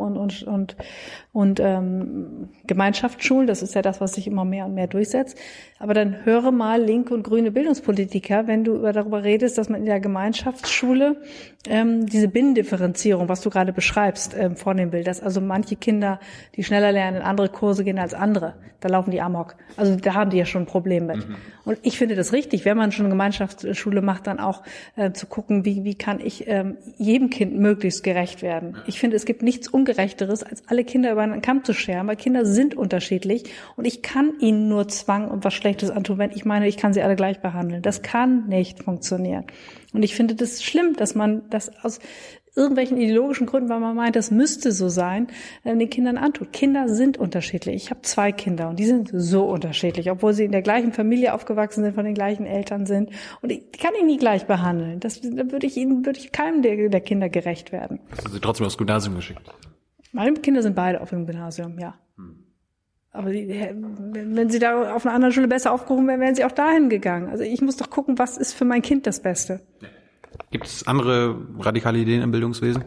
S1: und Gemeinschaftsschulen. Das ist ja das, was sich immer mehr und mehr durchsetzt. Aber dann höre mal linke und grüne Bildungspolitiker, wenn du darüber redest, dass man in der Gemeinschaftsschule diese Binnendifferenzierung, was du gerade beschreibst, vornehmen will. Dass also manche Kinder, die schneller lernen, in andere Kurse gehen als andere. Da laufen die amok. Also da haben die ja schon ein Problem mit. Und ich finde das richtig, wenn man schon eine Gemeinschaftsschule macht, dann auch zu gucken, wie kann ich jedem Kind möglichst gerecht werden. Ich finde, es gibt nichts Ungerechteres, als alle Kinder über einen Kamm zu scheren, weil Kinder sind unterschiedlich und ich kann ihnen nur Zwang und was Schlechtes antun, wenn ich meine, ich kann sie alle gleich behandeln. Das kann nicht funktionieren. Und ich finde das schlimm, dass man das aus irgendwelchen ideologischen Gründen, weil man meint, das müsste so sein, den Kindern antut. Kinder sind unterschiedlich. Ich habe 2 Kinder und die sind so unterschiedlich, obwohl sie in der gleichen Familie aufgewachsen sind, von den gleichen Eltern sind. Und ich kann ihn nie gleich behandeln. Da würde ich keinem der Kinder gerecht werden.
S2: Hast du sie trotzdem aufs Gymnasium geschickt?
S1: Meine Kinder sind beide auf dem Gymnasium, ja. Aber wenn sie da auf einer anderen Schule besser aufgehoben wären, wären sie auch dahin gegangen. Also ich muss doch gucken, was ist für mein Kind das Beste.
S2: Gibt es andere radikale Ideen im Bildungswesen?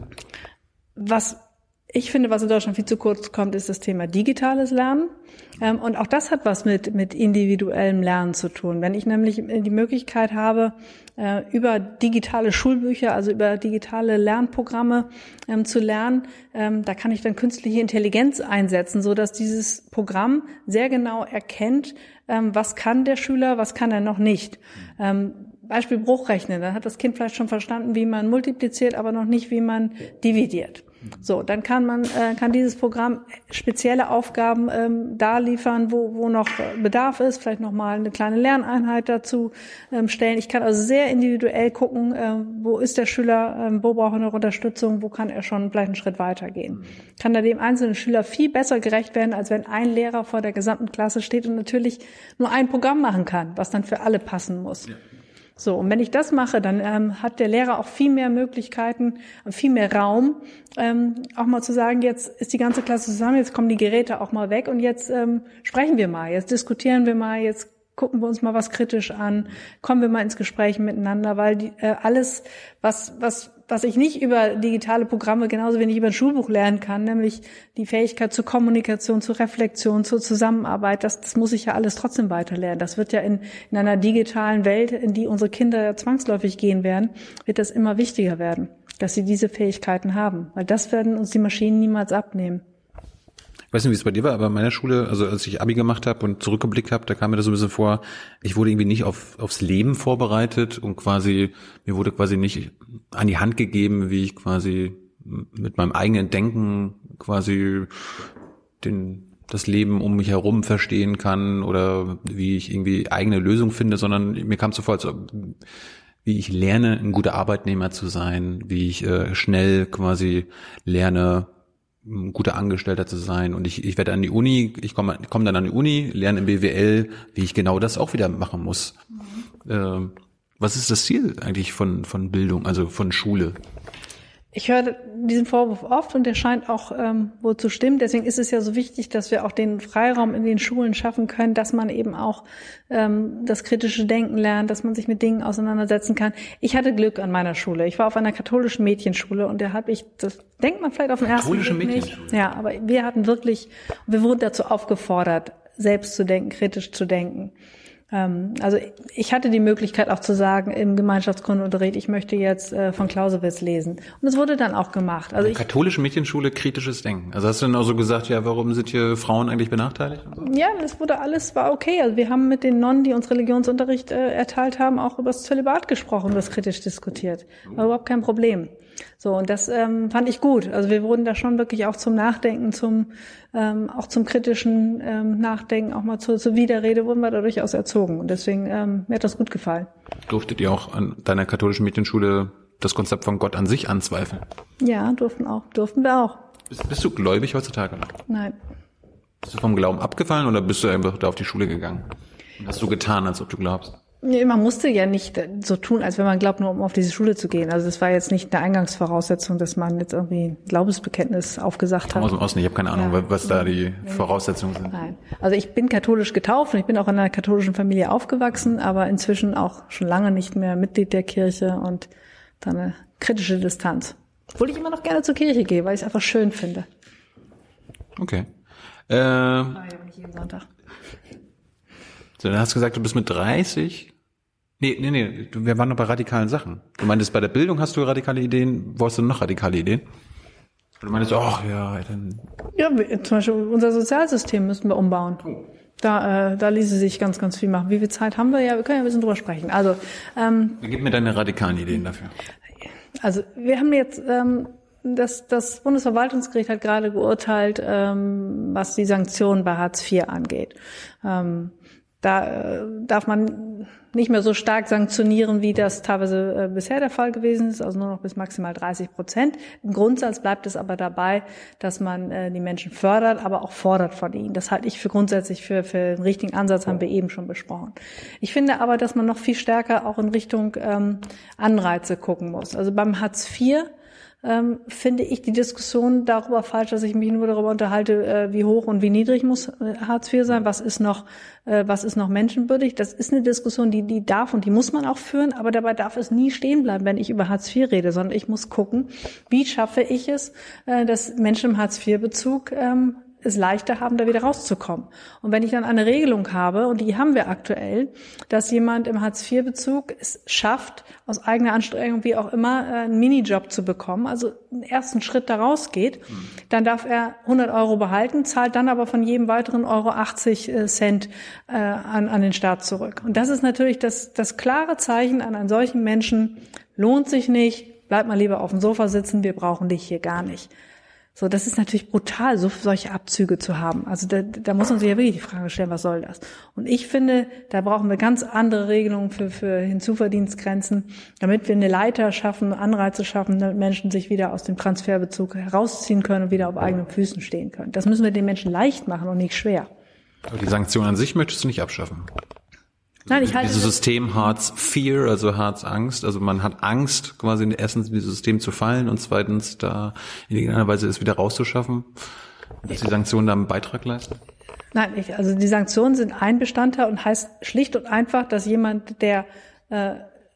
S1: Was ich finde, was in Deutschland viel zu kurz kommt, ist das Thema digitales Lernen. Und auch das hat was mit individuellem Lernen zu tun. Wenn ich nämlich die Möglichkeit habe, über digitale Schulbücher, also über digitale Lernprogramme zu lernen, da kann ich dann künstliche Intelligenz einsetzen, so dass dieses Programm sehr genau erkennt, was kann der Schüler, was kann er noch nicht. Beispiel Bruchrechnen, dann hat das Kind vielleicht schon verstanden, wie man multipliziert, aber noch nicht, wie man dividiert. So, dann kann dieses Programm spezielle Aufgaben da liefern, wo noch Bedarf ist, vielleicht noch mal eine kleine Lerneinheit dazu stellen. Ich kann also sehr individuell gucken, wo ist der Schüler, wo braucht er noch Unterstützung, wo kann er schon vielleicht einen Schritt weitergehen. Kann da dem einzelnen Schüler viel besser gerecht werden, als wenn ein Lehrer vor der gesamten Klasse steht und natürlich nur ein Programm machen kann, was dann für alle passen muss. Ja. So, und wenn ich das mache, dann hat der Lehrer auch viel mehr Möglichkeiten, viel mehr Raum, auch mal zu sagen, jetzt ist die ganze Klasse zusammen, jetzt kommen die Geräte auch mal weg und jetzt sprechen wir mal, jetzt diskutieren wir mal, jetzt gucken wir uns mal was kritisch an, kommen wir mal ins Gespräch miteinander, weil alles, was ich nicht über digitale Programme genauso wenig über ein Schulbuch lernen kann, nämlich die Fähigkeit zur Kommunikation, zur Reflexion, zur Zusammenarbeit, das muss ich ja alles trotzdem weiterlernen. Das wird ja in einer digitalen Welt, in die unsere Kinder zwangsläufig gehen werden, wird das immer wichtiger werden. dass sie diese Fähigkeiten haben. Weil das werden uns die Maschinen niemals abnehmen.
S2: Ich weiß nicht, wie es bei dir war, aber in meiner Schule, also als ich Abi gemacht habe und zurückgeblickt habe, da kam mir das so ein bisschen vor, ich wurde irgendwie nicht aufs Leben vorbereitet und mir wurde quasi nicht an die Hand gegeben, wie ich quasi mit meinem eigenen Denken quasi das Leben um mich herum verstehen kann oder wie ich irgendwie eigene Lösungen finde, sondern mir kam es so vor, als wie ich lerne, ein guter Arbeitnehmer zu sein, wie ich schnell quasi lerne, ein guter Angestellter zu sein. Und ich werde an die Uni, ich komme dann an die Uni, lerne im BWL, wie ich genau das auch wieder machen muss. Was ist das Ziel eigentlich von Bildung, also von Schule?
S1: Ich höre diesen Vorwurf oft und der scheint auch wohl zu stimmen. Deswegen ist es ja so wichtig, dass wir auch den Freiraum in den Schulen schaffen können, dass man eben auch das kritische Denken lernt, dass man sich mit Dingen auseinandersetzen kann. Ich hatte Glück an meiner Schule. Ich war auf einer katholischen Mädchenschule und das denkt man vielleicht auf den ersten Blick nicht. Ja, aber wir wurden dazu aufgefordert, selbst zu denken, kritisch zu denken. Also ich hatte die Möglichkeit auch zu sagen im Gemeinschaftskundeunterricht, ich möchte jetzt von Clausewitz lesen. Und es wurde dann auch gemacht. Also
S2: katholische Mädchenschule, kritisches Denken. Also hast du dann auch so gesagt, ja, warum sind hier Frauen eigentlich benachteiligt?
S1: Ja, war okay. Also wir haben mit den Nonnen, die uns Religionsunterricht erteilt haben, auch über das Zölibat gesprochen, das kritisch diskutiert. War überhaupt kein Problem. So, und das fand ich gut. Also wir wurden da schon wirklich auch zum Nachdenken, auch zum kritischen Nachdenken, auch mal zur Widerrede wurden wir da durchaus erzogen. Und deswegen mir hat das gut gefallen.
S2: Durftet ihr auch an deiner katholischen Mädchenschule das Konzept von Gott an sich anzweifeln?
S1: Ja, durften wir auch.
S2: Bist du gläubig heutzutage noch?
S1: Nein.
S2: Bist du vom Glauben abgefallen oder bist du einfach da auf die Schule gegangen? Und hast du getan, als ob du glaubst?
S1: Nee, man musste ja nicht so tun, als wenn man glaubt, nur um auf diese Schule zu gehen. Also das war jetzt nicht eine Eingangsvoraussetzung, dass man jetzt irgendwie ein Glaubensbekenntnis aufgesagt hat. Ich komme
S2: aus dem Osten, ich habe keine Ahnung, was da die Voraussetzungen sind.
S1: Nein, also ich bin katholisch getauft und ich bin auch in einer katholischen Familie aufgewachsen, aber inzwischen auch schon lange nicht mehr Mitglied der Kirche und da eine kritische Distanz. Obwohl ich immer noch gerne zur Kirche gehe, weil ich es einfach schön finde.
S2: Okay.
S1: Ja, nicht jeden Sonntag.
S2: So, dann hast du gesagt, du bist mit 30... Nee, wir waren noch bei radikalen Sachen. Du meintest, bei der Bildung hast du radikale Ideen. Wo hast du noch radikale Ideen? Du meintest, dann...
S1: Ja, zum Beispiel unser Sozialsystem müssten wir umbauen. Da ließe sich ganz, ganz viel machen. Wie viel Zeit haben wir? Ja, wir können ja ein bisschen drüber sprechen. Also,
S2: gib mir deine radikalen Ideen dafür.
S1: Also, wir haben jetzt... Das Bundesverwaltungsgericht hat gerade geurteilt, was die Sanktionen bei Hartz IV angeht. Da darf man nicht mehr so stark sanktionieren, wie das teilweise bisher der Fall gewesen ist, also nur noch bis maximal 30%. Im Grundsatz bleibt es aber dabei, dass man die Menschen fördert, aber auch fordert von ihnen. Das halte ich für grundsätzlich für einen richtigen Ansatz, haben wir eben schon besprochen. Ich finde aber, dass man noch viel stärker auch in Richtung Anreize gucken muss. Also beim Hartz IV finde ich die Diskussion darüber falsch, dass ich mich nur darüber unterhalte, wie hoch und wie niedrig muss Hartz IV sein, was ist noch menschenwürdig. Das ist eine Diskussion, die darf und die muss man auch führen, aber dabei darf es nie stehen bleiben, wenn ich über Hartz IV rede, sondern ich muss gucken, wie schaffe ich es, dass Menschen im Hartz IV-Bezug es leichter haben, da wieder rauszukommen. Und wenn ich dann eine Regelung habe, und die haben wir aktuell, dass jemand im Hartz-IV-Bezug es schafft, aus eigener Anstrengung, wie auch immer, einen Minijob zu bekommen, also einen ersten Schritt da rausgeht, dann darf er 100 Euro behalten, zahlt dann aber von jedem weiteren Euro 80 Cent an den Staat zurück. Und das ist natürlich das klare Zeichen an einen solchen Menschen, lohnt sich nicht, bleib mal lieber auf dem Sofa sitzen, wir brauchen dich hier gar nicht. So, das ist natürlich brutal, solche Abzüge zu haben. Also da muss man sich ja wirklich die Frage stellen, was soll das? Und ich finde, da brauchen wir ganz andere Regelungen für Hinzuverdienstgrenzen, damit wir eine Leiter schaffen, Anreize schaffen, damit Menschen sich wieder aus dem Transferbezug herausziehen können und wieder auf eigenen Füßen stehen können. Das müssen wir den Menschen leicht machen und nicht schwer.
S2: Aber die Sanktion an sich möchtest du nicht abschaffen?
S1: Nein, ich halte
S2: dieses System Hartz Fear, also Hartz Angst, also man hat Angst, quasi erstens in dieses System zu fallen und zweitens da in irgendeiner Weise es wieder rauszuschaffen, dass die Sanktionen da einen Beitrag leisten?
S1: Nein, also die Sanktionen sind ein Bestandteil und heißt schlicht und einfach, dass jemand, der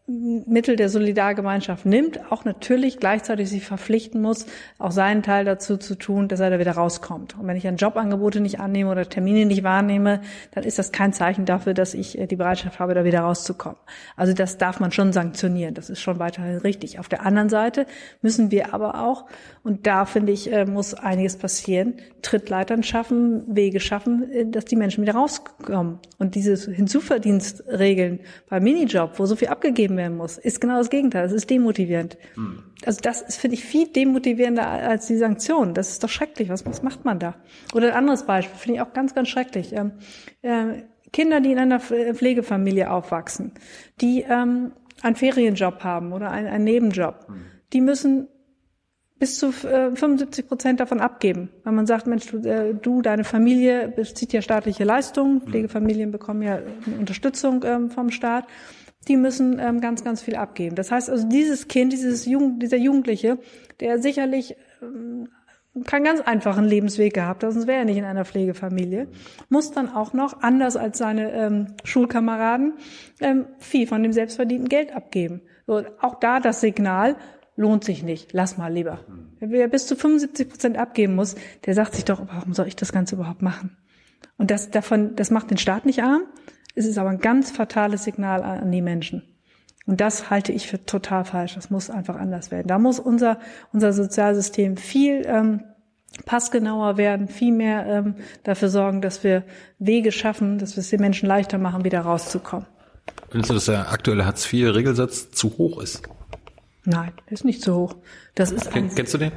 S1: Mittel der Solidargemeinschaft nimmt, auch natürlich gleichzeitig sich verpflichten muss, auch seinen Teil dazu zu tun, dass er da wieder rauskommt. Und wenn ich dann Jobangebote nicht annehme oder Termine nicht wahrnehme, dann ist das kein Zeichen dafür, dass ich die Bereitschaft habe, da wieder rauszukommen. Also das darf man schon sanktionieren. Das ist schon weiterhin richtig. Auf der anderen Seite müssen wir aber auch, und da finde ich, muss einiges passieren, Trittleitern schaffen, Wege schaffen, dass die Menschen wieder rauskommen. Und dieses Hinzuverdienstregeln beim Minijob, wo so viel abgegeben werden muss, ist genau das Gegenteil. Das ist demotivierend. Also das ist, finde ich, viel demotivierender als die Sanktionen. Das ist doch schrecklich. Was macht man da? Oder ein anderes Beispiel, finde ich auch ganz, ganz schrecklich. Kinder, die in einer Pflegefamilie aufwachsen, die einen Ferienjob haben oder einen Nebenjob, die müssen bis zu 75% davon abgeben. Wenn man sagt, Mensch, du, deine Familie bezieht ja staatliche Leistungen, Pflegefamilien bekommen ja Unterstützung vom Staat, die müssen ganz, ganz viel abgeben. Das heißt also, dieses Kind, dieser Jugendliche, der sicherlich keinen ganz einfachen Lebensweg gehabt hat, sonst wäre er nicht in einer Pflegefamilie, muss dann auch noch, anders als seine Schulkameraden, viel von dem selbstverdienten Geld abgeben. So, auch da das Signal, lohnt sich nicht, lass mal lieber. Wer bis zu 75% abgeben muss, der sagt sich doch, warum soll ich das Ganze überhaupt machen? Und das macht den Staat nicht arm, es ist aber ein ganz fatales Signal an die Menschen. Und das halte ich für total falsch. Das muss einfach anders werden. Da muss unser Sozialsystem viel passgenauer werden, viel mehr dafür sorgen, dass wir Wege schaffen, dass wir es den Menschen leichter machen, wieder rauszukommen.
S2: Findest du, dass der aktuelle Hartz-IV-Regelsatz zu hoch ist?
S1: Nein, ist nicht zu hoch. Das ist
S2: Kennst du den?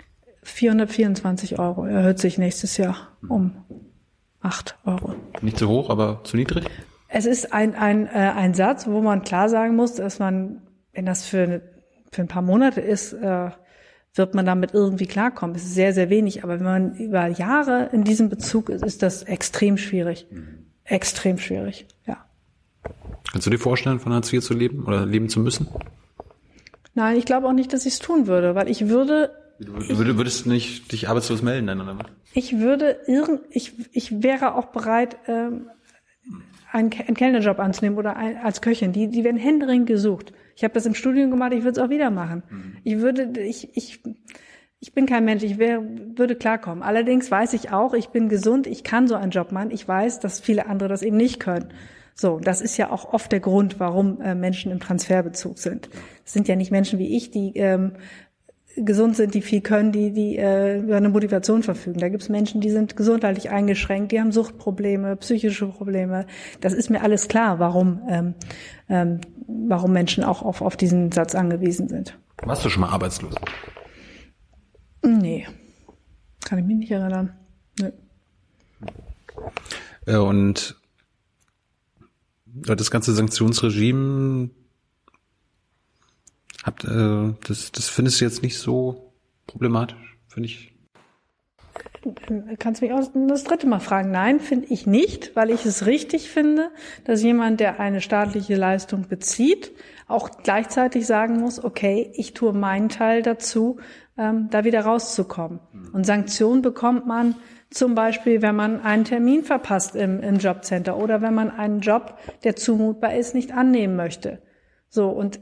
S1: 424 €. Erhöht sich nächstes Jahr um 8 €.
S2: Nicht zu hoch, aber zu niedrig?
S1: Es ist ein Satz, wo man klar sagen muss, dass man, wenn das für ein paar Monate ist, wird man damit irgendwie klarkommen. Es ist sehr, sehr wenig. Aber wenn man über Jahre in diesem Bezug ist, ist das extrem schwierig. Extrem schwierig, ja.
S2: Kannst du dir vorstellen, von Hartz IV zu leben oder leben zu müssen?
S1: Nein, ich glaube auch nicht, dass ich es tun würde, weil ich würde...
S2: Du würdest nicht dich arbeitslos melden dann, oder was?
S1: Ich wäre auch bereit, einen Kellnerjob anzunehmen oder als Köchin. Die werden händeringend gesucht. Ich habe das im Studium gemacht, ich würde es auch wieder machen. Ich bin kein Mensch, würde klarkommen. Allerdings weiß ich auch, ich bin gesund, ich kann so einen Job machen. Ich weiß, dass viele andere das eben nicht können. So, das ist ja auch oft der Grund, warum Menschen im Transferbezug sind. Es sind ja nicht Menschen wie ich, die gesund sind, die viel können, die über eine Motivation verfügen. Da gibt es Menschen, die sind gesundheitlich eingeschränkt, die haben Suchtprobleme, psychische Probleme. Das ist mir alles klar, warum Menschen auch auf diesen Satz angewiesen sind.
S2: Warst du schon mal arbeitslos?
S1: Nee, kann ich mich nicht erinnern. Nee.
S2: Und das ganze Sanktionsregime, das findest du jetzt nicht so problematisch, finde ich?
S1: Kannst du mich auch das dritte Mal fragen? Nein, finde ich nicht, weil ich es richtig finde, dass jemand, der eine staatliche Leistung bezieht, auch gleichzeitig sagen muss, okay, ich tue meinen Teil dazu, da wieder rauszukommen. Und Sanktionen bekommt man zum Beispiel, wenn man einen Termin verpasst im Jobcenter oder wenn man einen Job, der zumutbar ist, nicht annehmen möchte. So, und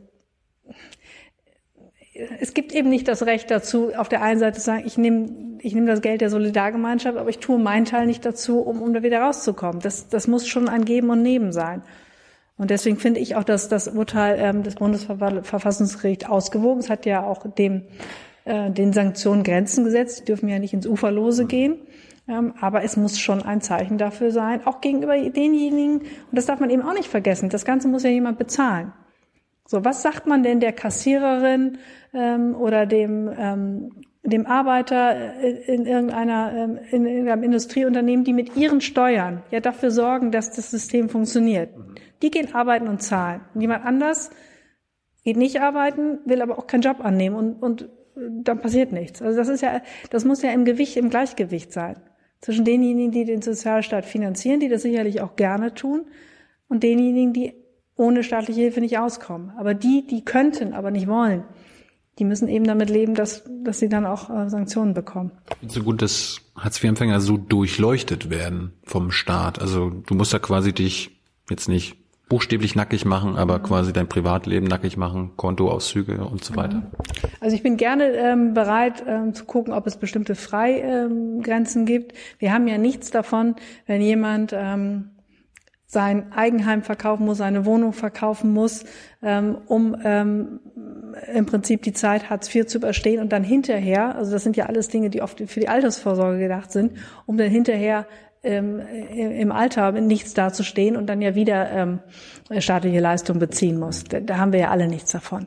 S1: es gibt eben nicht das Recht dazu, auf der einen Seite zu sagen, ich nehme das Geld der Solidargemeinschaft, aber ich tue meinen Teil nicht dazu, um da wieder rauszukommen. Das muss schon ein Geben und Nehmen sein. Und deswegen finde ich auch, dass das Urteil des Bundesverfassungsgerichts ausgewogen ist. Es hat ja auch den Sanktionen Grenzen gesetzt. Die dürfen ja nicht ins Uferlose gehen. Aber es muss schon ein Zeichen dafür sein, auch gegenüber denjenigen, und das darf man eben auch nicht vergessen, das Ganze muss ja jemand bezahlen. So, was sagt man denn der Kassiererin oder dem Arbeiter in irgendeinem Industrieunternehmen, die mit ihren Steuern ja dafür sorgen, dass das System funktioniert? Die gehen arbeiten und zahlen. Und jemand anders geht nicht arbeiten, will aber auch keinen Job annehmen und dann passiert nichts. Also das muss ja im Gleichgewicht sein. Zwischen denjenigen, die den Sozialstaat finanzieren, die das sicherlich auch gerne tun, und denjenigen, die ohne staatliche Hilfe nicht auskommen. Aber die könnten, aber nicht wollen, die müssen eben damit leben, dass sie dann auch Sanktionen bekommen. So
S2: gut, dass Hartz-IV-Empfänger so durchleuchtet werden vom Staat. Also du musst da quasi dich jetzt nicht buchstäblich nackig machen, aber quasi dein Privatleben nackig machen, Kontoauszüge und so weiter.
S1: Also ich bin gerne bereit zu gucken, ob es bestimmte Freigrenzen gibt. Wir haben ja nichts davon, wenn jemand sein Eigenheim verkaufen muss, seine Wohnung verkaufen muss, um im Prinzip die Zeit Hartz IV zu überstehen und dann hinterher, also das sind ja alles Dinge, die oft für die Altersvorsorge gedacht sind, um dann hinterher im Alter mit nichts dazustehen und dann ja wieder staatliche Leistung beziehen muss. Da haben wir ja alle nichts davon.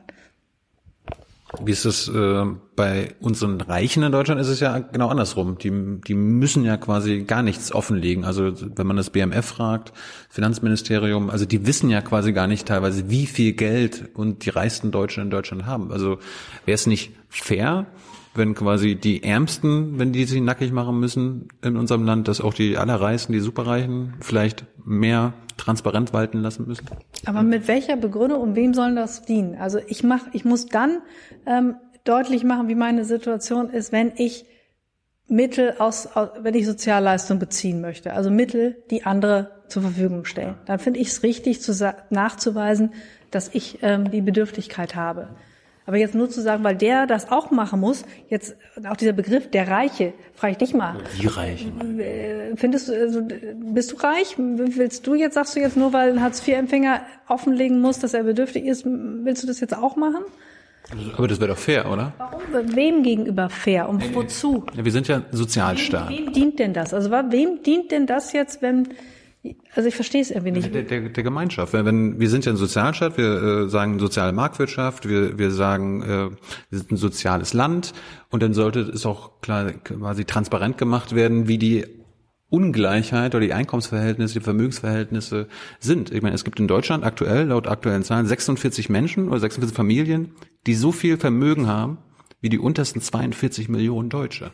S2: Wie ist es bei unseren Reichen in Deutschland? Ist es ja genau andersrum. Die müssen ja quasi gar nichts offenlegen. Also wenn man das BMF fragt, Finanzministerium, also die wissen ja quasi gar nicht teilweise, wie viel Geld und die reichsten Deutschen in Deutschland haben. Also wäre es nicht fair, wenn quasi die Ärmsten, wenn die sich nackig machen müssen in unserem Land, dass auch die Allerreichsten, die Superreichen vielleicht mehr transparent walten lassen müssen?
S1: Aber mit welcher Begründung und wem soll das dienen? Also ich muss dann deutlich machen, wie meine Situation ist, wenn ich Mittel wenn ich Sozialleistung beziehen möchte, also Mittel, die andere zur Verfügung stellen. Dann finde ich es richtig, nachzuweisen, dass ich die Bedürftigkeit habe. Aber jetzt nur zu sagen, weil der das auch machen muss, jetzt auch dieser Begriff der Reiche, frage ich dich mal.
S2: Die Reichen.
S1: Findest du, also, bist du reich? Sagst du jetzt nur, weil ein Hartz-IV-Empfänger offenlegen muss, dass er bedürftig ist, willst du das jetzt auch machen?
S2: Aber das wäre doch fair, oder?
S1: Warum? Wem gegenüber fair? Und wozu?
S2: Ja, wir sind ja ein Sozialstaat.
S1: Wem dient denn das? Also wem dient denn das jetzt, also ich verstehe es irgendwie nicht.
S2: Der Gemeinschaft. Wir sind ja ein Sozialstaat, wir sagen soziale Marktwirtschaft, wir sagen, wir sind ein soziales Land und dann sollte es auch klar quasi transparent gemacht werden, wie die Ungleichheit oder die Einkommensverhältnisse, die Vermögensverhältnisse sind. Ich meine, es gibt in Deutschland aktuell, laut aktuellen Zahlen, 46 Menschen oder 46 Familien, die so viel Vermögen haben, wie die untersten 42 Millionen Deutsche.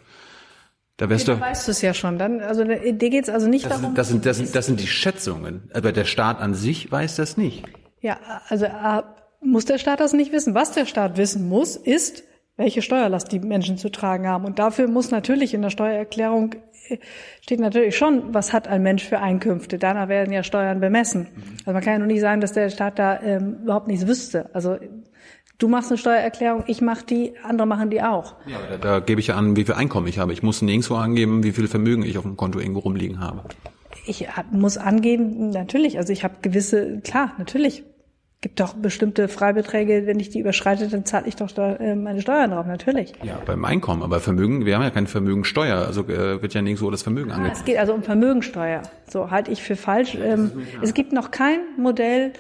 S2: Da wär's doch.
S1: Weißt du es ja schon. Dann, also dir geht's also nicht darum.
S2: Das sind die Schätzungen. Aber der Staat an sich weiß das nicht.
S1: Ja, also muss der Staat das nicht wissen. Was der Staat wissen muss, ist, welche Steuerlast die Menschen zu tragen haben. Und dafür muss natürlich in der Steuererklärung steht natürlich schon, was hat ein Mensch für Einkünfte. Danach werden ja Steuern bemessen. Also man kann ja nur nicht sagen, dass der Staat da überhaupt nichts wüsste. Also du machst eine Steuererklärung, ich mache die, andere machen die auch.
S2: Ja, da gebe ich ja an, wie viel Einkommen ich habe. Ich muss nirgendwo angeben, wie viel Vermögen ich auf dem Konto irgendwo rumliegen habe.
S1: Ich muss angeben, natürlich, also ich habe klar, natürlich. Gibt doch bestimmte Freibeträge, wenn ich die überschreite, dann zahle ich doch meine Steuern drauf, natürlich.
S2: Ja, beim Einkommen, aber Vermögen, wir haben ja keine Vermögensteuer, also wird ja nirgendwo das Vermögen angegeben.
S1: Es geht also um Vermögensteuer. So halte ich für falsch. Es gibt noch kein Modell,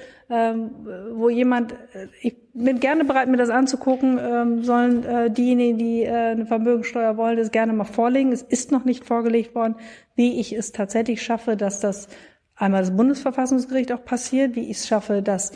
S1: wo ich bin gerne bereit, mir das anzugucken, sollen diejenigen, die eine Vermögensteuer wollen, das gerne mal vorlegen. Es ist noch nicht vorgelegt worden, wie ich es tatsächlich schaffe, dass das einmal das Bundesverfassungsgericht auch passiert, wie ich es schaffe, dass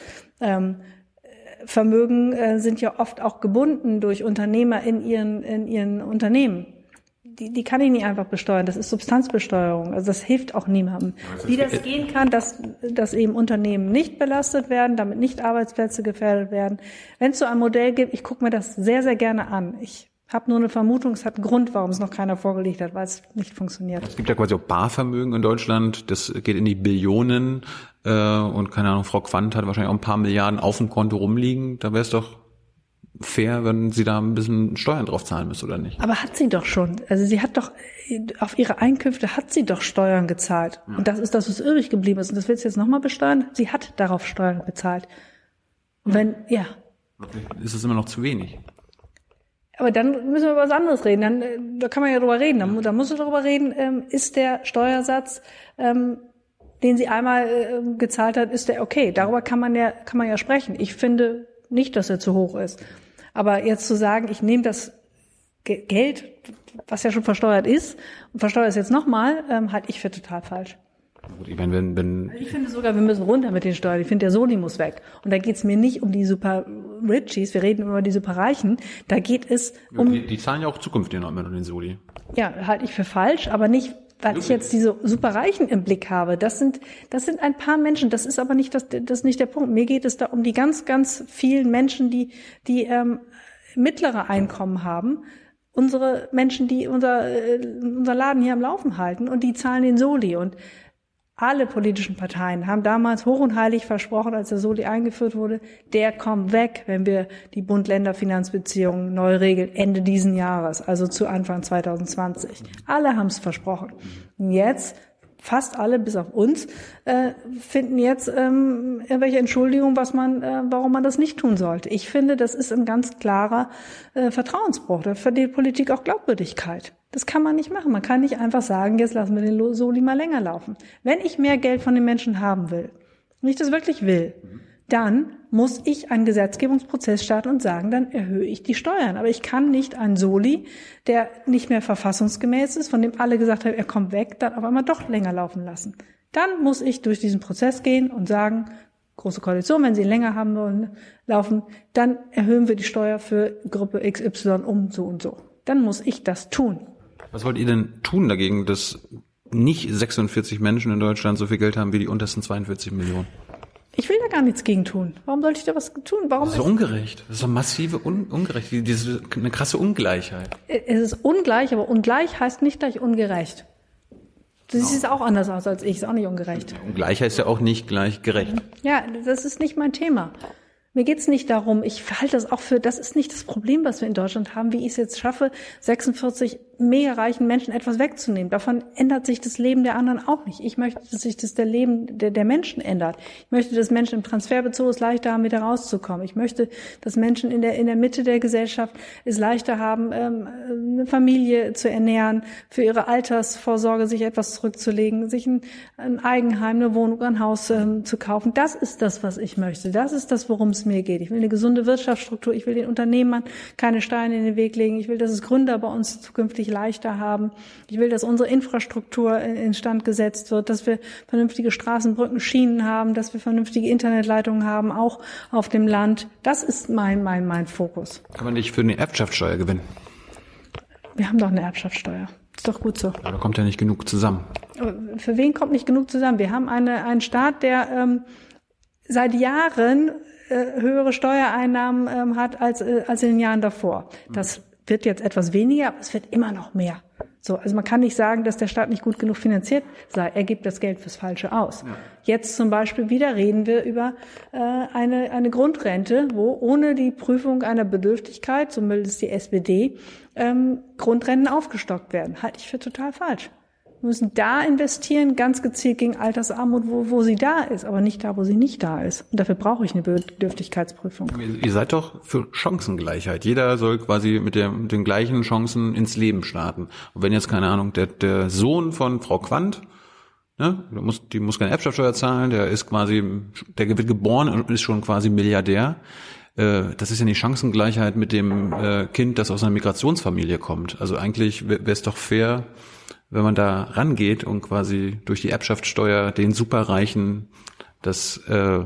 S1: Vermögen sind ja oft auch gebunden durch Unternehmer in ihren Unternehmen. Die kann ich nicht einfach besteuern. Das ist Substanzbesteuerung. Also das hilft auch niemandem. Wie das gehen kann, dass eben Unternehmen nicht belastet werden, damit nicht Arbeitsplätze gefährdet werden. Wenn es so ein Modell gibt, ich gucke mir das sehr, sehr gerne an. Ich habe nur eine Vermutung, es hat einen Grund, warum es noch keiner vorgelegt hat, weil es nicht funktioniert.
S2: Es gibt ja quasi auch Barvermögen in Deutschland, das geht in die Billionen und keine Ahnung, Frau Quandt hat wahrscheinlich auch ein paar Milliarden auf dem Konto rumliegen. Da wäre es doch fair, wenn sie da ein bisschen Steuern drauf zahlen müsste, oder nicht?
S1: Aber hat sie doch schon. Also sie hat doch, auf ihre Einkünfte hat sie doch Steuern gezahlt. Ja. Und das ist das, was übrig geblieben ist. Und das willst du jetzt nochmal besteuern? Sie hat darauf Steuern bezahlt. Und
S2: Ist es immer noch zu wenig?
S1: Aber dann müssen wir über was anderes reden. Da kann man ja drüber reden. Da musst du drüber reden, ist der Steuersatz, den sie einmal gezahlt hat, ist der okay? Darüber kann man ja sprechen. Ich finde nicht, dass er zu hoch ist. Aber jetzt zu sagen, ich nehme das Geld, was ja schon versteuert ist, und versteuere es jetzt nochmal, halte ich für total falsch.
S2: Gut, ich meine,
S1: ich finde sogar, wir müssen runter mit den Steuern. Ich finde, der Soli muss weg. Und da geht es mir nicht um die Super Richies, wir reden über die Superreichen. Da geht es um...
S2: Die zahlen ja auch zukünftig noch immer den Soli.
S1: Ja, halte ich für falsch, aber nicht, weil ich jetzt diese Superreichen im Blick habe. Das sind ein paar Menschen. Das ist aber nicht das ist nicht der Punkt. Mir geht es da um die ganz, ganz vielen Menschen, die mittlere Einkommen haben. Unsere Menschen, die unser Laden hier am Laufen halten, und die zahlen den Soli. Und Alle politischen Parteien haben damals hoch und heilig versprochen, als der Soli eingeführt wurde, der kommt weg, wenn wir die Bund-Länder-Finanzbeziehungen neu regeln, Ende diesen Jahres, also zu Anfang 2020. Alle haben es versprochen. Und jetzt, fast alle, bis auf uns, finden jetzt irgendwelche Entschuldigungen, warum man das nicht tun sollte. Ich finde, das ist ein ganz klarer Vertrauensbruch. Da verdient Politik auch Glaubwürdigkeit. Das kann man nicht machen. Man kann nicht einfach sagen, jetzt lassen wir den Soli mal länger laufen. Wenn ich mehr Geld von den Menschen haben will, wenn ich das wirklich will, dann muss ich einen Gesetzgebungsprozess starten und sagen, dann erhöhe ich die Steuern. Aber ich kann nicht einen Soli, der nicht mehr verfassungsgemäß ist, von dem alle gesagt haben, er kommt weg, dann auf einmal doch länger laufen lassen. Dann muss ich durch diesen Prozess gehen und sagen, Große Koalition, wenn sie ihn länger haben wollen, laufen, dann erhöhen wir die Steuer für Gruppe XY um so und so. Dann muss ich das tun.
S2: Was wollt ihr denn tun dagegen, dass nicht 46 Menschen in Deutschland so viel Geld haben wie die untersten 42 Millionen?
S1: Ich will da gar nichts gegen tun. Warum sollte ich da was tun? Warum?
S2: Das ist doch ungerecht. Das ist doch massive Ungerecht. Das ist eine krasse Ungleichheit.
S1: Es ist ungleich, aber ungleich heißt nicht gleich ungerecht. Du siehst es auch anders aus als ich, ist auch nicht ungerecht.
S2: Ungleich heißt ja auch nicht gleich gerecht.
S1: Ja, das ist nicht mein Thema. Mir geht's nicht darum, ich halte das auch für, das ist nicht das Problem, was wir in Deutschland haben, wie ich es jetzt schaffe, 46 mega reichen Menschen etwas wegzunehmen. Davon ändert sich das Leben der anderen auch nicht. Ich möchte, dass sich das Leben der Menschen ändert. Ich möchte, dass Menschen im Transferbezug es leichter haben, wieder rauszukommen. Ich möchte, dass Menschen in der Mitte der Gesellschaft es leichter haben, eine Familie zu ernähren, für ihre Altersvorsorge sich etwas zurückzulegen, sich ein Eigenheim, eine Wohnung, ein Haus zu kaufen. Das ist das, was ich möchte. Das ist das, worum es mir geht. Ich will eine gesunde Wirtschaftsstruktur. Ich will den Unternehmern keine Steine in den Weg legen. Ich will, dass es Gründer bei uns zukünftig leichter haben. Ich will, dass unsere Infrastruktur instand gesetzt wird, dass wir vernünftige Straßen, Brücken, Schienen haben, dass wir vernünftige Internetleitungen haben, auch auf dem Land. Das ist mein Fokus.
S2: Kann man nicht für eine Erbschaftssteuer gewinnen?
S1: Wir haben doch eine Erbschaftssteuer. Ist doch gut so.
S2: Aber da kommt ja nicht genug zusammen.
S1: Aber für wen kommt nicht genug zusammen? Wir haben einen Staat, der seit Jahren höhere Steuereinnahmen hat als in den Jahren davor. Das wird jetzt etwas weniger, aber es wird immer noch mehr. So, also man kann nicht sagen, dass der Staat nicht gut genug finanziert sei. Er gibt das Geld fürs Falsche aus. Ja. Jetzt zum Beispiel wieder reden wir über eine Grundrente, wo ohne die Prüfung einer Bedürftigkeit, so meldet es die SPD, Grundrenten aufgestockt werden. Halte ich für total falsch. Wir müssen da investieren, ganz gezielt gegen Altersarmut, wo sie da ist, aber nicht da, wo sie nicht da ist. Und dafür brauche ich eine Bedürftigkeitsprüfung.
S2: Ihr seid doch für Chancengleichheit. Jeder soll quasi mit den gleichen Chancen ins Leben starten. Und wenn jetzt, keine Ahnung, der Sohn von Frau Quandt, ne, die muss keine Erbschaftssteuer zahlen, der wird geboren und ist schon quasi Milliardär. Das ist ja die Chancengleichheit mit dem Kind, das aus einer Migrationsfamilie kommt. Also eigentlich wäre es doch fair, wenn man da rangeht und quasi durch die Erbschaftssteuer den Superreichen das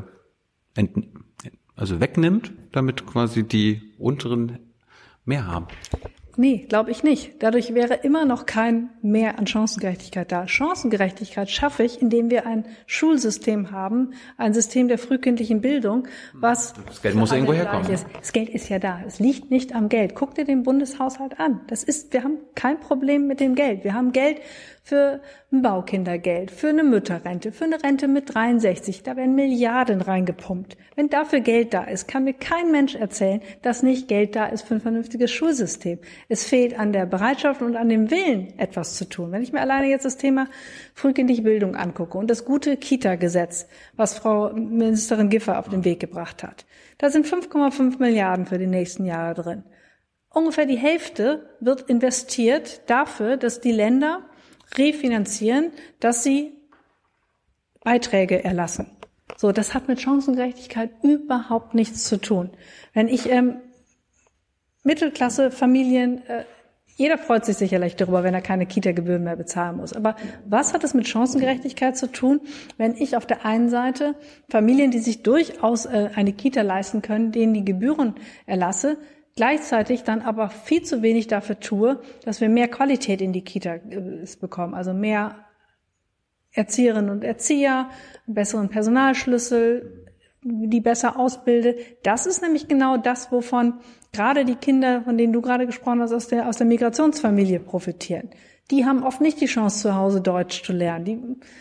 S2: wegnimmt, damit quasi die Unteren mehr haben.
S1: Nee, glaube ich nicht. Dadurch wäre immer noch kein Mehr an Chancengerechtigkeit da. Chancengerechtigkeit schaffe ich, indem wir ein Schulsystem haben, ein System der frühkindlichen Bildung, was
S2: das Geld muss irgendwo herkommen.
S1: Ist. Das Geld ist ja da. Es liegt nicht am Geld. Guck dir den Bundeshaushalt an. Wir haben kein Problem mit dem Geld. Wir haben Geld für ein Baukindergeld, für eine Mütterrente, für eine Rente mit 63. Da werden Milliarden reingepumpt. Wenn dafür Geld da ist, kann mir kein Mensch erzählen, dass nicht Geld da ist für ein vernünftiges Schulsystem. Es fehlt an der Bereitschaft und an dem Willen, etwas zu tun. Wenn ich mir alleine jetzt das Thema frühkindliche Bildung angucke und das gute Kita-Gesetz, was Frau Ministerin Giffey auf den Weg gebracht hat, da sind 5,5 Milliarden für die nächsten Jahre drin. Ungefähr die Hälfte wird investiert dafür, dass die Länder refinanzieren, dass sie Beiträge erlassen. So, das hat mit Chancengerechtigkeit überhaupt nichts zu tun. Wenn ich Mittelklasse-Familien, jeder freut sich sicherlich darüber, wenn er keine Kita-Gebühren mehr bezahlen muss. Aber was hat es mit Chancengerechtigkeit zu tun, wenn ich auf der einen Seite Familien, die sich durchaus eine Kita leisten können, denen die Gebühren erlasse, gleichzeitig dann aber viel zu wenig dafür tue, dass wir mehr Qualität in die Kita bekommen, also mehr Erzieherinnen und Erzieher, einen besseren Personalschlüssel, die besser ausbilde. Das ist nämlich genau das, wovon gerade die Kinder, von denen du gerade gesprochen hast, aus der Migrationsfamilie profitieren. Die haben oft nicht die Chance, zu Hause Deutsch zu lernen. Die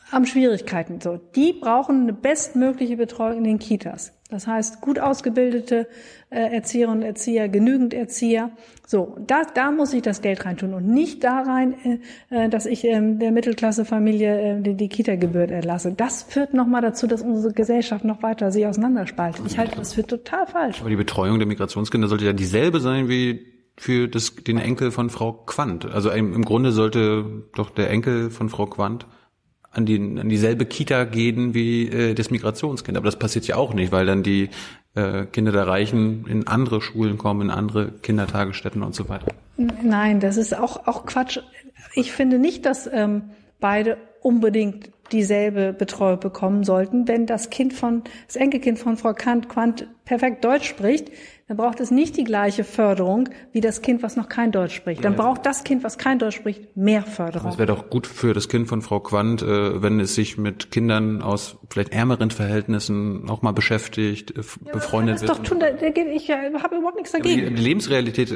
S1: haben Schwierigkeiten. So, die brauchen eine bestmögliche Betreuung in den Kitas. Das heißt, gut ausgebildete Erzieherinnen und Erzieher, genügend Erzieher. So, da muss ich das Geld reintun und nicht da rein, dass ich der Mittelklassefamilie die Kita-Gebühr erlasse. Das führt nochmal dazu, dass unsere Gesellschaft noch weiter sich auseinanderspaltet. Ich halte das für total falsch.
S2: Aber die Betreuung der Migrationskinder sollte ja dieselbe sein wie für den Enkel von Frau Quandt. Also im Grunde sollte doch der Enkel von Frau Quandt an dieselbe Kita gehen wie das Migrationskind. Aber das passiert ja auch nicht, weil dann die Kinder der Reichen in andere Schulen kommen, in andere Kindertagesstätten und so weiter.
S1: Nein, das ist auch Quatsch. Ich finde nicht, dass beide unbedingt dieselbe Betreuung bekommen sollten. Wenn das Enkelkind von Frau Quandt perfekt Deutsch spricht, dann braucht es nicht die gleiche Förderung wie das Kind, was noch kein Deutsch spricht. Dann braucht das Kind, was kein Deutsch spricht, mehr Förderung.
S2: Es wäre doch gut für das Kind von Frau Quandt, wenn es sich mit Kindern aus vielleicht ärmeren Verhältnissen auch mal beschäftigt, befreundet wird.
S1: Das doch tun. Ich habe überhaupt nichts dagegen.
S2: Die Lebensrealität,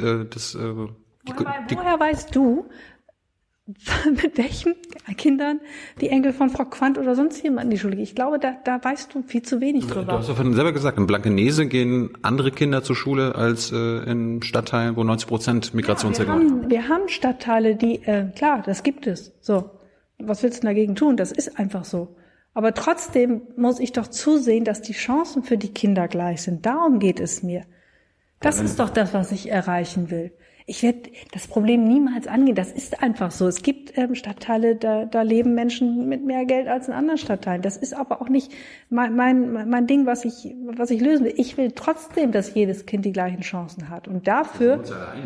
S1: Woher weißt du, mit welchen Kindern die Enkel von Frau Quandt oder sonst jemand in die Schule gehen? Ich glaube, da weißt du viel zu wenig drüber.
S2: Du hast doch selber gesagt, in Blankenese gehen andere Kinder zur Schule als in Stadtteilen, wo 90% Migrationshintergrund.
S1: Wir haben Stadtteile, die, klar, das gibt es. So, was willst du dagegen tun? Das ist einfach so. Aber trotzdem muss ich doch zusehen, dass die Chancen für die Kinder gleich sind. Darum geht es mir. Das ist doch das, was ich erreichen will. Ich werde das Problem niemals angehen. Das ist einfach so. Es gibt Stadtteile, da leben Menschen mit mehr Geld als in anderen Stadtteilen. Das ist aber auch nicht mein Ding, was ich lösen will. Ich will trotzdem, dass jedes Kind die gleichen Chancen hat. Und dafür,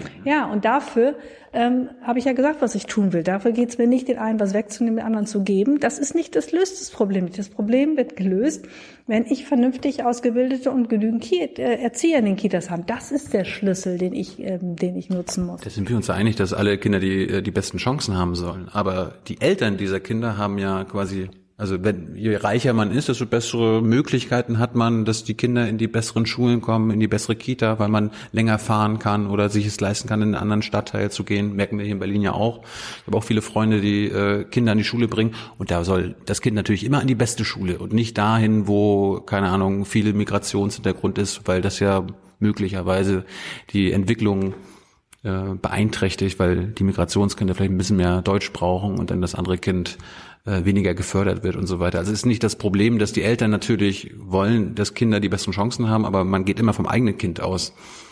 S1: habe ich ja gesagt, was ich tun will. Dafür geht es mir nicht, den einen was wegzunehmen, den anderen zu geben. Das löst das Problem nicht. Das Problem wird gelöst, wenn ich vernünftig ausgebildete und genügend Erzieher in den Kitas habe. Das ist der Schlüssel, den ich nutzen muss.
S2: Da sind wir uns einig, dass alle Kinder die besten Chancen haben sollen. Aber die Eltern dieser Kinder haben ja quasi, also je reicher man ist, desto bessere Möglichkeiten hat man, dass die Kinder in die besseren Schulen kommen, in die bessere Kita, weil man länger fahren kann oder sich es leisten kann, in einen anderen Stadtteil zu gehen. Merken wir hier in Berlin ja auch. Ich habe auch viele Freunde, die Kinder an die Schule bringen. Und da soll das Kind natürlich immer an die beste Schule und nicht dahin, wo, keine Ahnung, viel Migrationshintergrund ist, weil das ja möglicherweise die Entwicklung beeinträchtigt, weil die Migrationskinder vielleicht ein bisschen mehr Deutsch brauchen und dann das andere Kind weniger gefördert wird und so weiter. Also es ist nicht das Problem, dass die Eltern natürlich wollen, dass Kinder die besten Chancen haben, aber man geht immer vom eigenen Kind aus.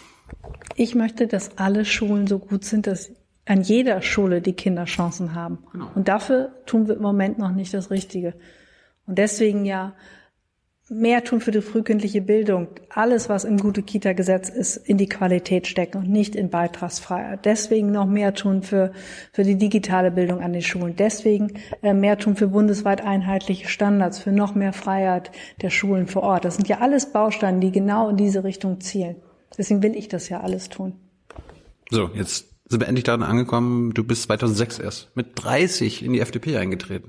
S1: Ich möchte, dass alle Schulen so gut sind, dass an jeder Schule die Kinder Chancen haben. Genau. Und dafür tun wir im Moment noch nicht das Richtige. Und deswegen ja mehr tun für die frühkindliche Bildung. Alles, was im Gute-Kita-Gesetz ist, in die Qualität stecken und nicht in Beitragsfreiheit. Deswegen noch mehr tun für die digitale Bildung an den Schulen. Deswegen mehr tun für bundesweit einheitliche Standards, für noch mehr Freiheit der Schulen vor Ort. Das sind ja alles Bausteine, die genau in diese Richtung zielen. Deswegen will ich das ja alles tun. So,
S2: jetzt sind wir endlich daran angekommen, du bist 2006 erst mit 30 in die FDP eingetreten.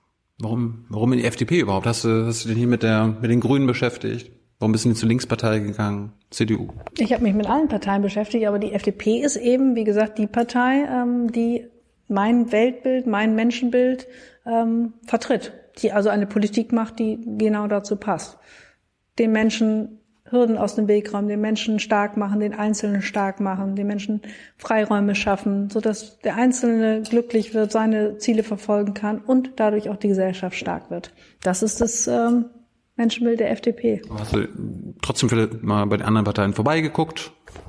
S2: Warum in die FDP überhaupt? Hast du dich hier mit den Grünen beschäftigt? Warum bist du nicht zur Linkspartei gegangen? CDU?
S1: Ich habe mich mit allen Parteien beschäftigt, aber die FDP ist eben, wie gesagt, die Partei, die mein Weltbild, mein Menschenbild vertritt. Die also eine Politik macht, die genau dazu passt. Den Menschen Hürden aus dem Weg räumen, den Menschen stark machen, den Einzelnen stark machen, den Menschen Freiräume schaffen, sodass der Einzelne glücklich wird, seine Ziele verfolgen kann und dadurch auch die Gesellschaft stark wird. Das ist das Menschenbild der FDP.
S2: Hast du trotzdem mal bei den anderen Parteien vorbeigeguckt?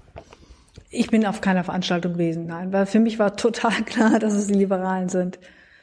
S1: Ich bin auf keiner Veranstaltung gewesen, nein, weil für mich war total klar, dass es die Liberalen sind.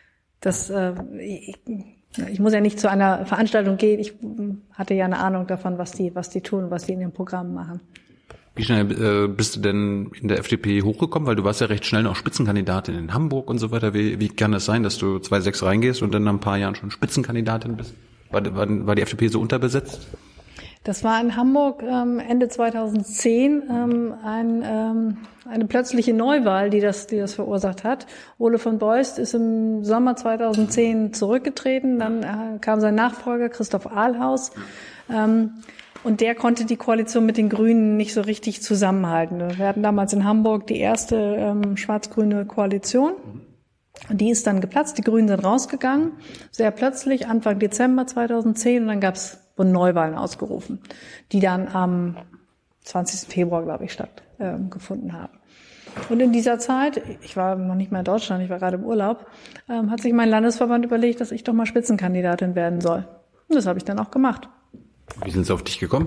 S1: Ich muss ja nicht zu einer Veranstaltung gehen. Ich hatte ja eine Ahnung davon, was die tun, was die in den Programmen machen.
S2: Wie schnell bist du denn in der FDP hochgekommen? Weil du warst ja recht schnell noch Spitzenkandidatin in Hamburg und so weiter. Wie kann es sein, dass du 2006 reingehst und dann nach ein paar Jahren schon Spitzenkandidatin bist? War die FDP so unterbesetzt?
S1: Das war in Hamburg Ende 2010 eine plötzliche Neuwahl, die das verursacht hat. Ole von Beust ist im Sommer 2010 zurückgetreten, dann kam sein Nachfolger Christoph Ahlhaus und der konnte die Koalition mit den Grünen nicht so richtig zusammenhalten. Wir hatten damals in Hamburg die erste schwarz-grüne Koalition Und die ist dann geplatzt, die Grünen sind rausgegangen, sehr plötzlich, Anfang Dezember 2010, und dann wurden Neuwahlen ausgerufen, die dann am 20. Februar, glaube ich, stattgefunden haben. Und in dieser Zeit, ich war noch nicht mal in Deutschland, ich war gerade im Urlaub, hat sich mein Landesverband überlegt, dass ich doch mal Spitzenkandidatin werden soll. Und das habe ich dann auch gemacht.
S2: Wie sind sie auf dich gekommen?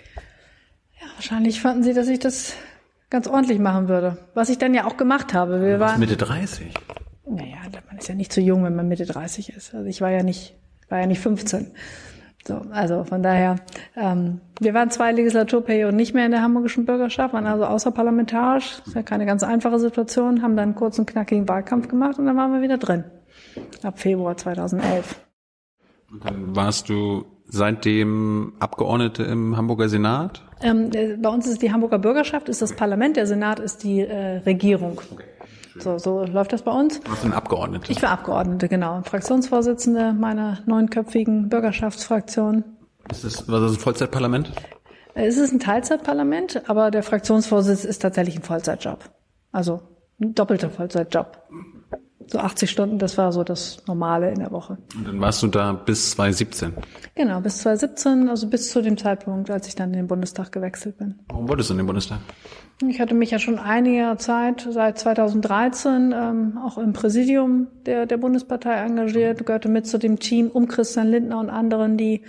S1: Ja, wahrscheinlich fanden sie, dass ich das ganz ordentlich machen würde. Was ich dann ja auch gemacht habe.
S2: Du warst Mitte 30.
S1: Naja, man ist ja nicht zu jung, wenn man Mitte 30 ist. Also ich war ja nicht 15. So, also von daher, wir waren 2 Legislaturperioden nicht mehr in der hamburgischen Bürgerschaft, waren also außerparlamentarisch. Das ist ja keine ganz einfache Situation, haben dann einen kurzen, knackigen Wahlkampf gemacht und dann waren wir wieder drin. Ab Februar 2011.
S2: Und dann warst du seitdem Abgeordnete im Hamburger Senat?
S1: Bei uns ist die Hamburger Bürgerschaft, ist das Parlament, der Senat ist die Regierung. Okay. So läuft das bei uns.
S2: Warst du ein Abgeordneter?
S1: Ich war Abgeordnete, genau. Fraktionsvorsitzende meiner 9-köpfigen Bürgerschaftsfraktion.
S2: War das ein Vollzeitparlament?
S1: Es ist ein Teilzeitparlament, aber der Fraktionsvorsitz ist tatsächlich ein Vollzeitjob. Also ein doppelter Vollzeitjob. So 80 Stunden, das war so das Normale in der Woche.
S2: Und dann warst du da bis 2017?
S1: Genau, bis 2017, also bis zu dem Zeitpunkt, als ich dann in den Bundestag gewechselt bin.
S2: Warum wolltest du in den Bundestag?
S1: Ich hatte mich ja schon einige Zeit, seit 2013, auch im Präsidium der Bundespartei engagiert, gehörte mit zu dem Team um Christian Lindner und anderen, die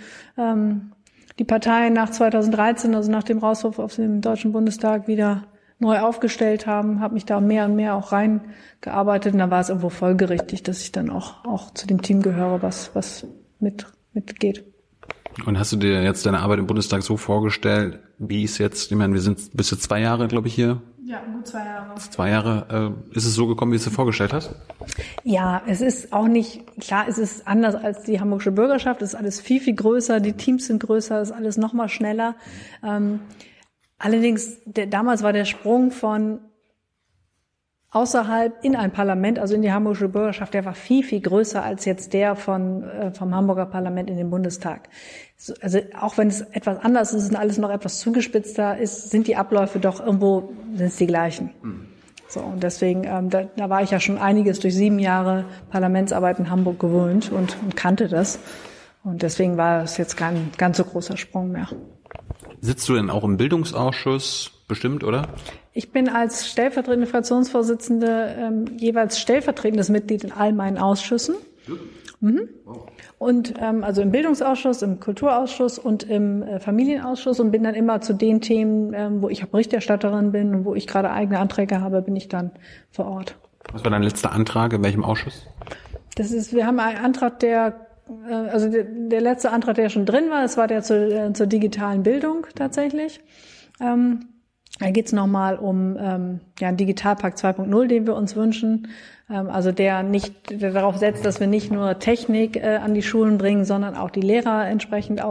S1: die Partei nach 2013, also nach dem Rauswurf aus dem Deutschen Bundestag, wieder neu aufgestellt haben, habe mich da mehr und mehr auch reingearbeitet und da war es irgendwo folgerichtig, dass ich dann auch zu dem Team gehöre, was mitgeht.
S2: Und hast du dir jetzt deine Arbeit im Bundestag so vorgestellt, wie es jetzt, ich meine, bist jetzt 2 Jahre, glaube ich, hier?
S1: Ja, gut 2 Jahre.
S2: 2 Jahre, ist es so gekommen, wie du es dir vorgestellt hast?
S1: Ja, es ist auch nicht, klar, es ist anders als die hamburgische Bürgerschaft, es ist alles viel, viel größer, die Teams sind größer, es ist alles noch mal schneller. Allerdings, damals war der Sprung von außerhalb in ein Parlament, also in die hamburgische Bürgerschaft, der war viel, viel größer als jetzt der vom Hamburger Parlament in den Bundestag. Also auch wenn es etwas anders ist und alles noch etwas zugespitzter ist, sind die Abläufe doch irgendwo, sind es die gleichen. So, und deswegen, da war ich ja schon einiges durch 7 Jahre Parlamentsarbeit in Hamburg gewöhnt und kannte das. Und deswegen war es jetzt kein ganz so großer Sprung mehr.
S2: Sitzt du denn auch im Bildungsausschuss bestimmt, oder?
S1: Ich bin als stellvertretende Fraktionsvorsitzende jeweils stellvertretendes Mitglied in all meinen Ausschüssen. Mhm. Und also im Bildungsausschuss, im Kulturausschuss und im Familienausschuss und bin dann immer zu den Themen, wo ich auch Berichterstatterin bin und wo ich gerade eigene Anträge habe, bin ich dann vor Ort.
S2: Was war dein letzter Antrag? In welchem Ausschuss?
S1: Wir haben einen Antrag, der letzte Antrag, der schon drin war, das war der zur digitalen Bildung tatsächlich. Da geht es nochmal um einen Digitalpakt 2.0, den wir uns wünschen. Also der darauf setzt, dass wir nicht nur Technik an die Schulen bringen, sondern auch die Lehrer entsprechend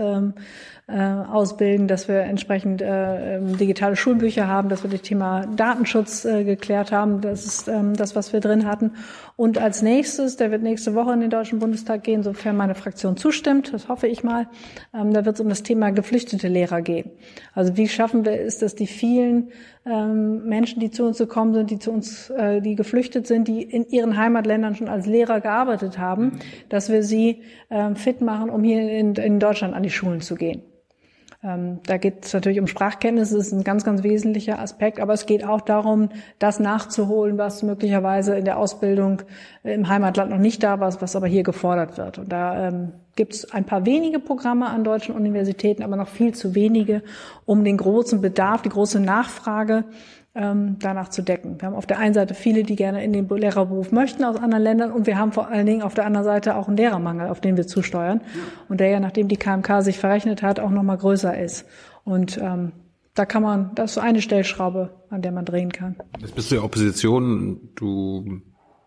S1: ausbilden, dass wir entsprechend digitale Schulbücher haben, dass wir das Thema Datenschutz geklärt haben. Das ist das, was wir drin hatten. Und als nächstes, der wird nächste Woche in den Deutschen Bundestag gehen, sofern meine Fraktion zustimmt, das hoffe ich mal, da wird es um das Thema geflüchtete Lehrer gehen. Also wie schaffen wir es, dass die vielen Menschen, die zu uns gekommen sind, die geflüchtet sind, die in ihren Heimatländern schon als Lehrer gearbeitet haben, dass wir sie fit machen, um hier in Deutschland an die Schulen zu gehen. Da geht es natürlich um Sprachkenntnisse, das ist ein ganz, ganz wesentlicher Aspekt, aber es geht auch darum, das nachzuholen, was möglicherweise in der Ausbildung im Heimatland noch nicht da war, was aber hier gefordert wird. Und da gibt es ein paar wenige Programme an deutschen Universitäten, aber noch viel zu wenige, um den großen Bedarf, die große Nachfrage danach zu decken. Wir haben auf der einen Seite viele, die gerne in den Lehrerberuf möchten aus anderen Ländern und wir haben vor allen Dingen auf der anderen Seite auch einen Lehrermangel, auf den wir zusteuern und der ja, nachdem die KMK sich verrechnet hat, auch nochmal größer ist. Und das ist so eine Stellschraube, an der man drehen kann.
S2: Jetzt bist du ja Opposition, du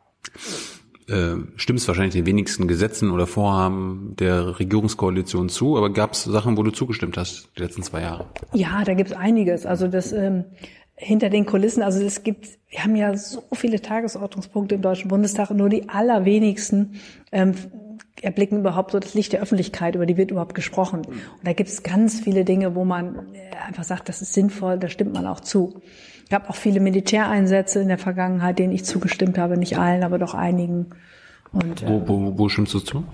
S2: stimmst wahrscheinlich den wenigsten Gesetzen oder Vorhaben der Regierungskoalition zu, aber gab es Sachen, wo du zugestimmt hast die letzten 2 Jahre?
S1: Ja, da gibt es einiges. Also das hinter den Kulissen, also wir haben ja so viele Tagesordnungspunkte im Deutschen Bundestag und nur die allerwenigsten erblicken überhaupt so das Licht der Öffentlichkeit, über die wird überhaupt gesprochen. Und da gibt es ganz viele Dinge, wo man einfach sagt, das ist sinnvoll, da stimmt man auch zu. Es gab auch viele Militäreinsätze in der Vergangenheit, denen ich zugestimmt habe, nicht allen, aber doch einigen. Und,
S2: wo stimmst du zu?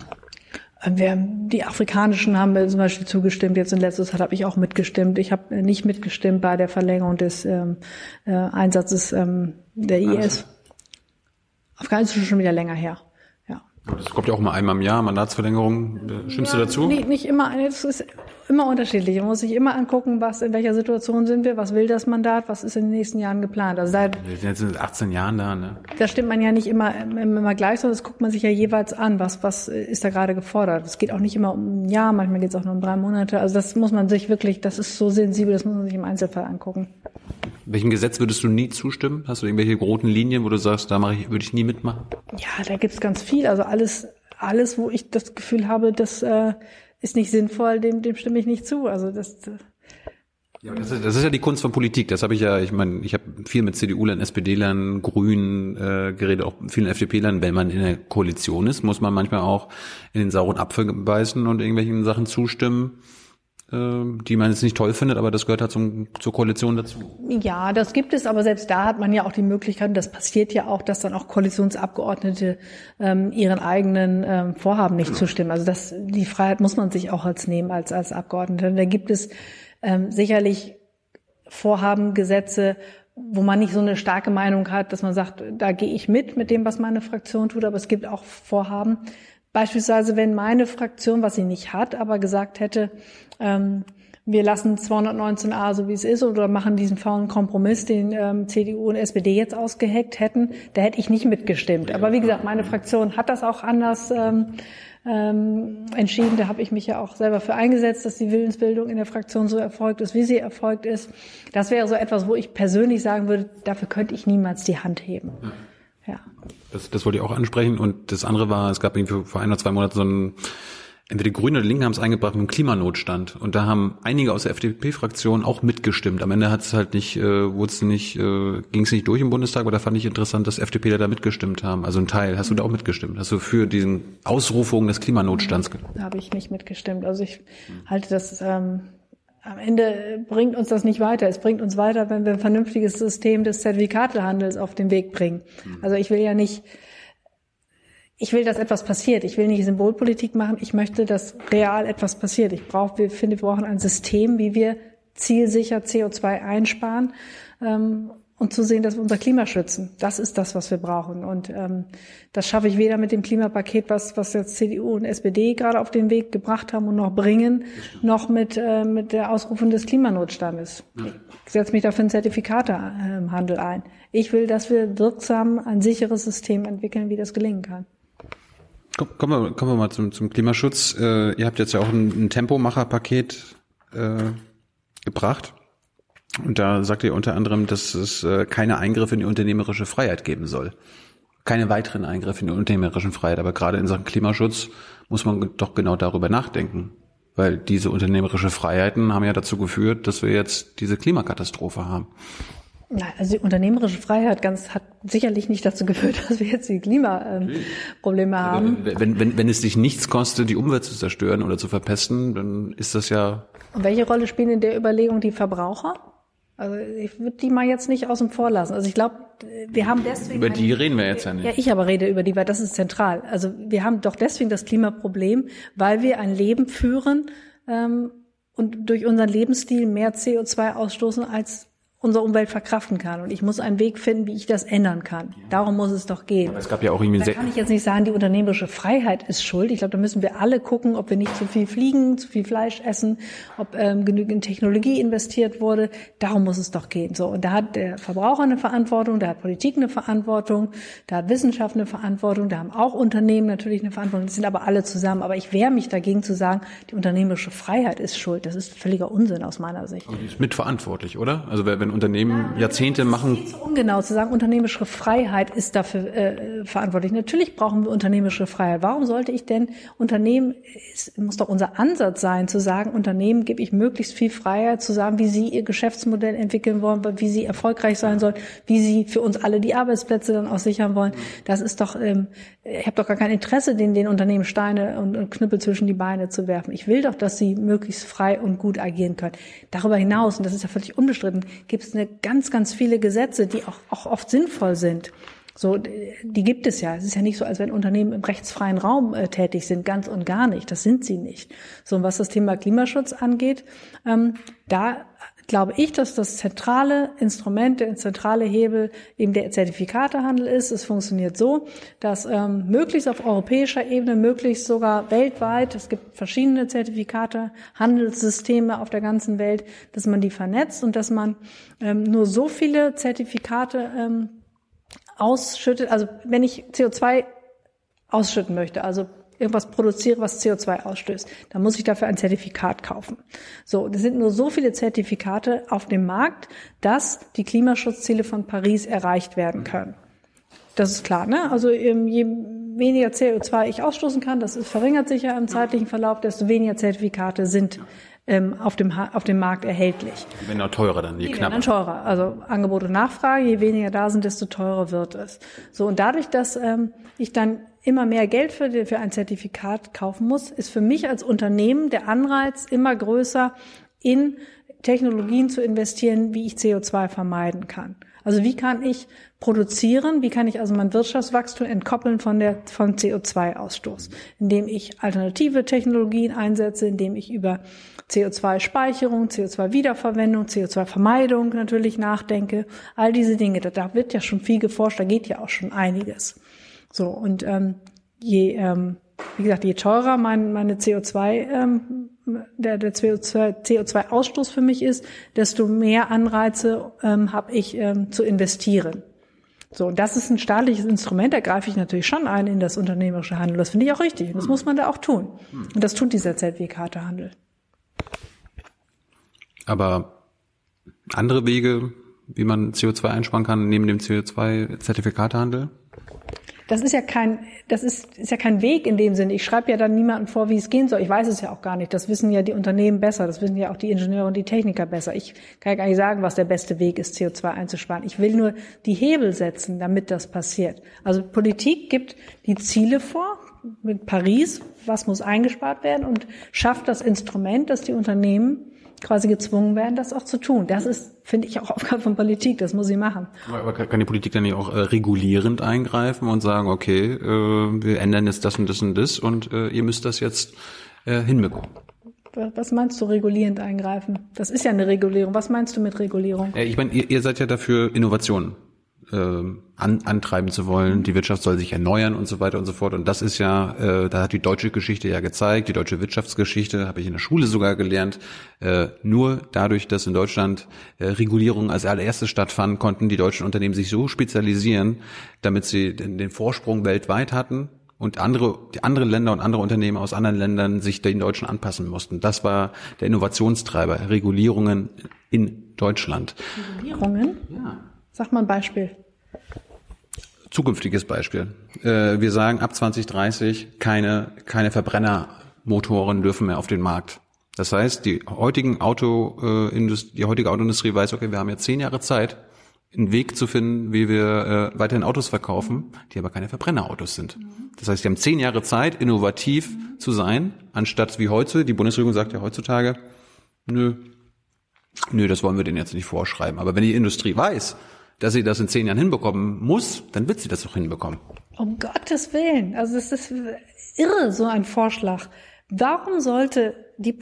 S1: Die afrikanischen haben wir zum Beispiel zugestimmt. Jetzt in letzter Zeit habe ich auch mitgestimmt. Ich habe nicht mitgestimmt bei der Verlängerung des Einsatzes der IS. Afghanistan ist schon wieder länger her. Ja.
S2: Das kommt ja auch mal einmal im Jahr, Mandatsverlängerung. Stimmst du dazu?
S1: Nicht immer. Es ist immer unterschiedlich. Man muss sich immer angucken, in welcher Situation sind wir, was will das Mandat, was ist in den nächsten Jahren geplant. Also
S2: wir sind jetzt in 18 Jahren da, ne?
S1: Da stimmt man ja nicht immer gleich, sondern das guckt man sich ja jeweils an, was ist da gerade gefordert. Es geht auch nicht immer um ein Jahr, manchmal geht es auch nur um 3 Monate. Also das muss man sich wirklich, das ist so sensibel, das muss man sich im Einzelfall angucken.
S2: Welchem Gesetz würdest du nie zustimmen? Hast du irgendwelche roten Linien, wo du sagst, würde ich nie mitmachen?
S1: Ja, da gibt's ganz viel. Also alles, wo ich das Gefühl habe, das ist nicht sinnvoll, dem stimme ich nicht zu. Also das
S2: ist ja die Kunst von Politik. Das habe ich ja, ich habe viel mit CDU-Lern, SPD-Lern, Grünen geredet, auch vielen FDP-Lern. Wenn man in der Koalition ist, muss man manchmal auch in den sauren Apfel beißen und irgendwelchen Sachen zustimmen, die man jetzt nicht toll findet, aber das gehört halt zur Koalition dazu.
S1: Ja, das gibt es, aber selbst da hat man ja auch die Möglichkeit, und das passiert ja auch, dass dann auch Koalitionsabgeordnete ihren eigenen Vorhaben nicht zustimmen. Also die Freiheit muss man sich auch nehmen als Abgeordneter. Da gibt es sicherlich Vorhaben, Gesetze, wo man nicht so eine starke Meinung hat, dass man sagt, da gehe ich mit dem, was meine Fraktion tut, aber es gibt auch Vorhaben. Beispielsweise, wenn meine Fraktion, was sie nicht hat, aber gesagt hätte, wir lassen 219a so wie es ist oder machen diesen faulen Kompromiss, den CDU und SPD jetzt ausgeheckt hätten, da hätte ich nicht mitgestimmt. Aber wie gesagt, meine Fraktion hat das auch anders entschieden. Da habe ich mich ja auch selber für eingesetzt, dass die Willensbildung in der Fraktion so erfolgt ist, wie sie erfolgt ist. Das wäre so etwas, wo ich persönlich sagen würde, dafür könnte ich niemals die Hand heben. Ja.
S2: Das wollte ich auch ansprechen. Und das andere war, es gab irgendwie vor 1 oder 2 Monaten so ein, entweder die Grünen oder die Linken haben es eingebracht, einen Klimanotstand. Und da haben einige aus der FDP-Fraktion auch mitgestimmt. Am Ende ging es nicht durch im Bundestag, aber da fand ich interessant, dass FDPler da mitgestimmt haben. Also ein Teil. Hast du da auch mitgestimmt? Hast du für diesen Ausrufung des Klimanotstands
S1: Da habe ich nicht mitgestimmt. Also ich halte das, am Ende bringt uns das nicht weiter. Es bringt uns weiter, wenn wir ein vernünftiges System des Zertifikatehandels auf den Weg bringen. Also ich will, dass etwas passiert. Ich will nicht Symbolpolitik machen. Ich möchte, dass real etwas passiert. Wir brauchen ein System, wie wir zielsicher CO2 einsparen, und zu sehen, dass wir unser Klima schützen. Das ist das, was wir brauchen. Und das schaffe ich weder mit dem Klimapaket, was jetzt CDU und SPD gerade auf den Weg gebracht haben und noch bringen, noch mit der Ausrufung des Klimanotstandes. Ich setze mich dafür einen Zertifikatehandel ein. Ich will, dass wir wirksam ein sicheres System entwickeln, wie das gelingen kann.
S2: Kommen wir mal zum Klimaschutz. Ihr habt jetzt ja auch ein Tempomacher-Paket gebracht. Und da sagt ihr unter anderem, dass es keine Eingriffe in die unternehmerische Freiheit geben soll. Keine weiteren Eingriffe in die unternehmerische Freiheit. Aber gerade in Sachen Klimaschutz muss man doch genau darüber nachdenken. Weil diese unternehmerische Freiheiten haben ja dazu geführt, dass wir jetzt diese Klimakatastrophe haben.
S1: Nein, also die unternehmerische Freiheit hat sicherlich nicht dazu geführt, dass wir jetzt die Klimaprobleme haben.
S2: Wenn es dich nichts kostet, die Umwelt zu zerstören oder zu verpesten, dann ist das ja...
S1: Und welche Rolle spielen in der Überlegung die Verbraucher? Also ich würde die mal jetzt nicht außen vor lassen. Also ich glaube, wir haben deswegen...
S2: Über die reden wir jetzt ja nicht.
S1: Ja, ich aber rede über die, weil das ist zentral. Also wir haben doch deswegen das Klimaproblem, weil wir ein Leben führen und durch unseren Lebensstil mehr CO2 ausstoßen, als unsere Umwelt verkraften kann. Und ich muss einen Weg finden, wie ich das ändern kann. Darum muss es doch gehen.
S2: Aber es gab ja auch irgendwie
S1: da kann ich jetzt nicht sagen, die unternehmerische Freiheit ist schuld. Ich glaube, da müssen wir alle gucken, ob wir nicht zu viel fliegen, zu viel Fleisch essen, ob genügend in Technologie investiert wurde. Darum muss es doch gehen. So, und da hat der Verbraucher eine Verantwortung, da hat Politik eine Verantwortung, da hat Wissenschaft eine Verantwortung, da haben auch Unternehmen natürlich eine Verantwortung. Das sind aber alle zusammen. Aber ich wehre mich dagegen zu sagen, die unternehmerische Freiheit ist schuld. Das ist völliger Unsinn aus meiner Sicht.
S2: Aber die ist mitverantwortlich, oder? Also wenn Unternehmen Jahrzehnte machen.
S1: Es ist ungenau zu sagen, unternehmerische Freiheit ist dafür verantwortlich. Natürlich brauchen wir unternehmerische Freiheit. Warum sollte ich denn Unternehmen, es muss doch unser Ansatz sein, zu sagen, Unternehmen gebe ich möglichst viel Freiheit, zu sagen, wie sie ihr Geschäftsmodell entwickeln wollen, wie sie erfolgreich sein sollen, wie sie für uns alle die Arbeitsplätze dann auch sichern wollen. Das ist doch, ich habe doch gar kein Interesse, den Unternehmen Steine und Knüppel zwischen die Beine zu werfen. Ich will doch, dass sie möglichst frei und gut agieren können. Darüber hinaus, und das ist ja völlig unbestritten, gibt es ganz, ganz viele Gesetze, die auch oft sinnvoll sind. So, die gibt es ja. Es ist ja nicht so, als wenn Unternehmen im rechtsfreien Raum tätig sind, ganz und gar nicht. Das sind sie nicht. So, und was das Thema Klimaschutz angeht, da glaube ich, dass das zentrale Instrument, der zentrale Hebel eben der Zertifikatehandel ist. Es funktioniert so, dass möglichst auf europäischer Ebene, möglichst sogar weltweit, es gibt verschiedene Zertifikate, Handelssysteme auf der ganzen Welt, dass man die vernetzt und dass man nur so viele Zertifikate ausschüttet. Also wenn ich CO2 ausschütten möchte, also irgendwas produziere, was CO2 ausstößt, dann muss ich dafür ein Zertifikat kaufen. So, es sind nur so viele Zertifikate auf dem Markt, dass die Klimaschutzziele von Paris erreicht werden können. Das ist klar, ne? Also je weniger CO2 ich ausstoßen kann, verringert sich ja im zeitlichen Verlauf, desto weniger Zertifikate sind auf dem Markt erhältlich.
S2: Die werden auch teurer dann, je knapper.
S1: Die werden dann teurer. Also Angebot und Nachfrage, je weniger da sind, desto teurer wird es. So, und dadurch, dass ich dann immer mehr Geld für ein Zertifikat kaufen muss, ist für mich als Unternehmen der Anreiz immer größer, in Technologien zu investieren, wie ich CO2 vermeiden kann. Also wie kann ich produzieren, wie kann ich also mein Wirtschaftswachstum entkoppeln von CO2-Ausstoß, indem ich alternative Technologien einsetze, indem ich über CO2-Speicherung, CO2-Wiederverwendung, CO2-Vermeidung natürlich nachdenke. All diese Dinge, da wird ja schon viel geforscht, da geht ja auch schon einiges. So, und wie gesagt, je teurer meine der CO2-Ausstoß für mich ist, desto mehr Anreize habe ich zu investieren. So, und das ist ein staatliches Instrument, da greife ich natürlich schon ein in das unternehmerische Handeln. Das finde ich auch richtig. Und das muss man da auch tun. Und das tut dieser Zertifikatehandel. Aber
S2: andere Wege, wie man CO2 einsparen kann, neben dem CO2-Zertifikatehandel?
S1: Das ist ja kein Weg in dem Sinne. Ich schreibe ja dann niemandem vor, wie es gehen soll. Ich weiß es ja auch gar nicht. Das wissen ja die Unternehmen besser. Das wissen ja auch die Ingenieure und die Techniker besser. Ich kann ja gar nicht sagen, was der beste Weg ist, CO2 einzusparen. Ich will nur die Hebel setzen, damit das passiert. Also Politik gibt die Ziele vor, mit Paris, was muss eingespart werden, und schafft das Instrument, dass die Unternehmen quasi gezwungen werden, das auch zu tun. Das ist, finde ich, auch Aufgabe von Politik, das muss sie machen.
S2: Aber kann die Politik dann nicht auch regulierend eingreifen und sagen, okay, wir ändern jetzt das und das und das und ihr müsst das jetzt hinbekommen?
S1: Was meinst du, regulierend eingreifen? Das ist ja eine Regulierung. Was meinst du mit Regulierung?
S2: Ich meine, ihr seid ja dafür, Innovationen antreiben zu wollen. Die Wirtschaft soll sich erneuern und so weiter und so fort. Und das ist ja, da hat die deutsche Geschichte ja gezeigt, die deutsche Wirtschaftsgeschichte, habe ich in der Schule sogar gelernt, nur dadurch, dass in Deutschland Regulierungen als allererstes stattfanden, konnten die deutschen Unternehmen sich so spezialisieren, damit sie den Vorsprung weltweit hatten und die andere Länder und andere Unternehmen aus anderen Ländern sich den Deutschen anpassen mussten. Das war der Innovationstreiber, Regulierungen in Deutschland.
S1: Regulierungen?
S2: Ja.
S1: Sag mal ein Beispiel.
S2: Zukünftiges Beispiel. Wir sagen, ab 2030 keine Verbrennermotoren dürfen mehr auf den Markt. Das heißt, die heutige Autoindustrie weiß, okay, wir haben jetzt 10 Jahre Zeit, einen Weg zu finden, wie wir weiterhin Autos verkaufen, die aber keine Verbrennerautos sind. Das heißt, die haben 10 Jahre Zeit, innovativ zu sein, anstatt wie heute, die Bundesregierung sagt ja heutzutage, nö, das wollen wir denen jetzt nicht vorschreiben. Aber wenn die Industrie weiß, dass sie das in 10 Jahren hinbekommen muss, dann wird sie das auch hinbekommen.
S1: Um Gottes Willen. Also es ist irre, so ein Vorschlag. Warum sollten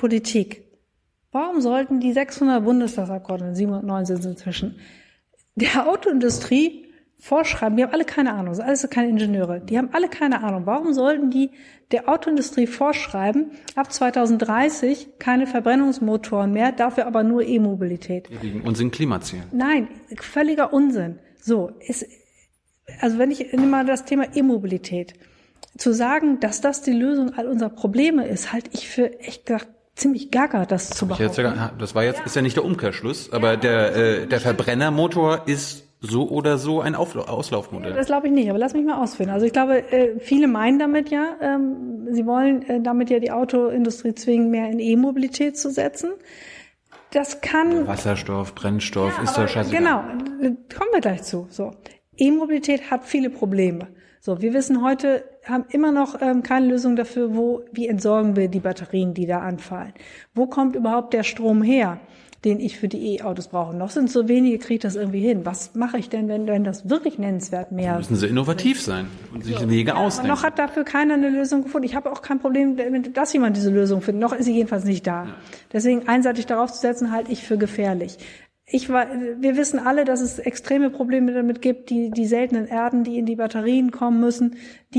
S1: die 600 Bundestagsabgeordneten, 709 sind es inzwischen, der Autoindustrie vorschreiben, die haben alle keine Ahnung, sind alles keine Ingenieure, die haben alle keine Ahnung. Warum sollten die der Autoindustrie vorschreiben, ab 2030 keine Verbrennungsmotoren mehr, dafür aber nur E-Mobilität?
S2: Wegen unseren Klimazielen.
S1: Nein, völliger Unsinn. Also wenn ich nehme mal das Thema E-Mobilität, zu sagen, dass das die Lösung all unserer Probleme ist, halte ich für echt gesagt ziemlich gaga, das zu behaupten.
S2: Das war jetzt, ist ja nicht der Umkehrschluss, aber der Verbrennermotor ist so oder so ein Auslaufmodell.
S1: Das glaube ich nicht, aber lass mich mal ausführen. Also ich glaube, viele meinen damit sie wollen damit ja die Autoindustrie zwingen, mehr in E-Mobilität zu setzen. Das kann...
S2: Wasserstoff, Brennstoff, ist doch scheißegal.
S1: Genau, kommen wir gleich zu. So, E-Mobilität hat viele Probleme. So, wir wissen heute, haben immer noch keine Lösung dafür, wie entsorgen wir die Batterien, die da anfallen. Wo kommt überhaupt der Strom her, den ich für die E-Autos brauche? Noch sind so wenige, kriege ich das irgendwie hin. Was mache ich denn, wenn das wirklich nennenswert mehr...
S2: Müssen sie innovativ sein und sich Wege ausdenken.
S1: Aber noch hat dafür keiner eine Lösung gefunden. Ich habe auch kein Problem, dass jemand diese Lösung findet. Noch ist sie jedenfalls nicht da. Ja. Deswegen einseitig darauf zu setzen, halte ich für gefährlich. Wir wissen alle, dass es extreme Probleme damit gibt, die seltenen Erden, die in die Batterien kommen müssen,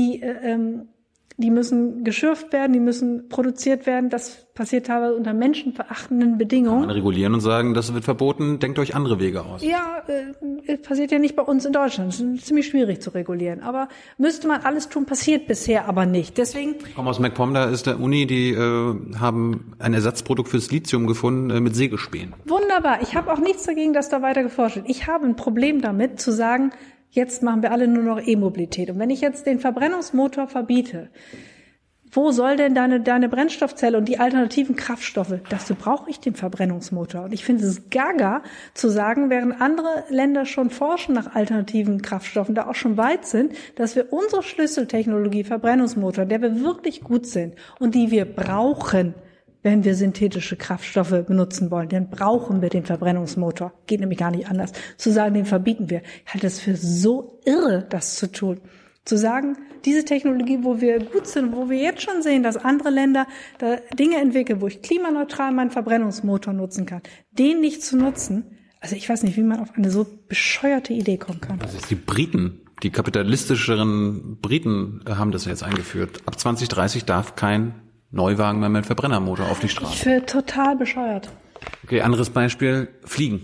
S1: die müssen geschürft werden, die müssen produziert werden. Das passiert teilweise unter menschenverachtenden Bedingungen.
S2: Kann man regulieren und sagen, das wird verboten, denkt euch andere Wege aus.
S1: Ja, passiert ja nicht bei uns in Deutschland. Das ist ziemlich schwierig zu regulieren. Aber müsste man alles tun, passiert bisher aber nicht. Deswegen.
S2: Ich komme aus MacPom, da ist der Uni, die haben ein Ersatzprodukt fürs Lithium gefunden mit Sägespänen.
S1: Wunderbar. Ich habe auch nichts dagegen, dass da weiter geforscht wird. Ich habe ein Problem damit, zu sagen, jetzt machen wir alle nur noch E-Mobilität. Und wenn ich jetzt den Verbrennungsmotor verbiete, wo soll denn deine Brennstoffzelle und die alternativen Kraftstoffe? Dafür brauche ich den Verbrennungsmotor. Und ich finde es gaga zu sagen, während andere Länder schon forschen nach alternativen Kraftstoffen, da auch schon weit sind, dass wir unsere Schlüsseltechnologie, Verbrennungsmotor, der wir wirklich gut sind und die wir brauchen, wenn wir synthetische Kraftstoffe benutzen wollen, dann brauchen wir den Verbrennungsmotor. Geht nämlich gar nicht anders. Zu sagen, den verbieten wir. Ich halte es für so irre, das zu tun. Zu sagen, diese Technologie, wo wir gut sind, wo wir jetzt schon sehen, dass andere Länder da Dinge entwickeln, wo ich klimaneutral meinen Verbrennungsmotor nutzen kann, den nicht zu nutzen. Also ich weiß nicht, wie man auf eine so bescheuerte Idee kommen kann.
S2: Das ist die Briten. Die kapitalistischeren Briten haben das jetzt eingeführt. Ab 2030 darf kein Neuwagen mehr mit Verbrennermotor auf die Straße.
S1: Ich finde total bescheuert.
S2: Okay, anderes Beispiel, Fliegen.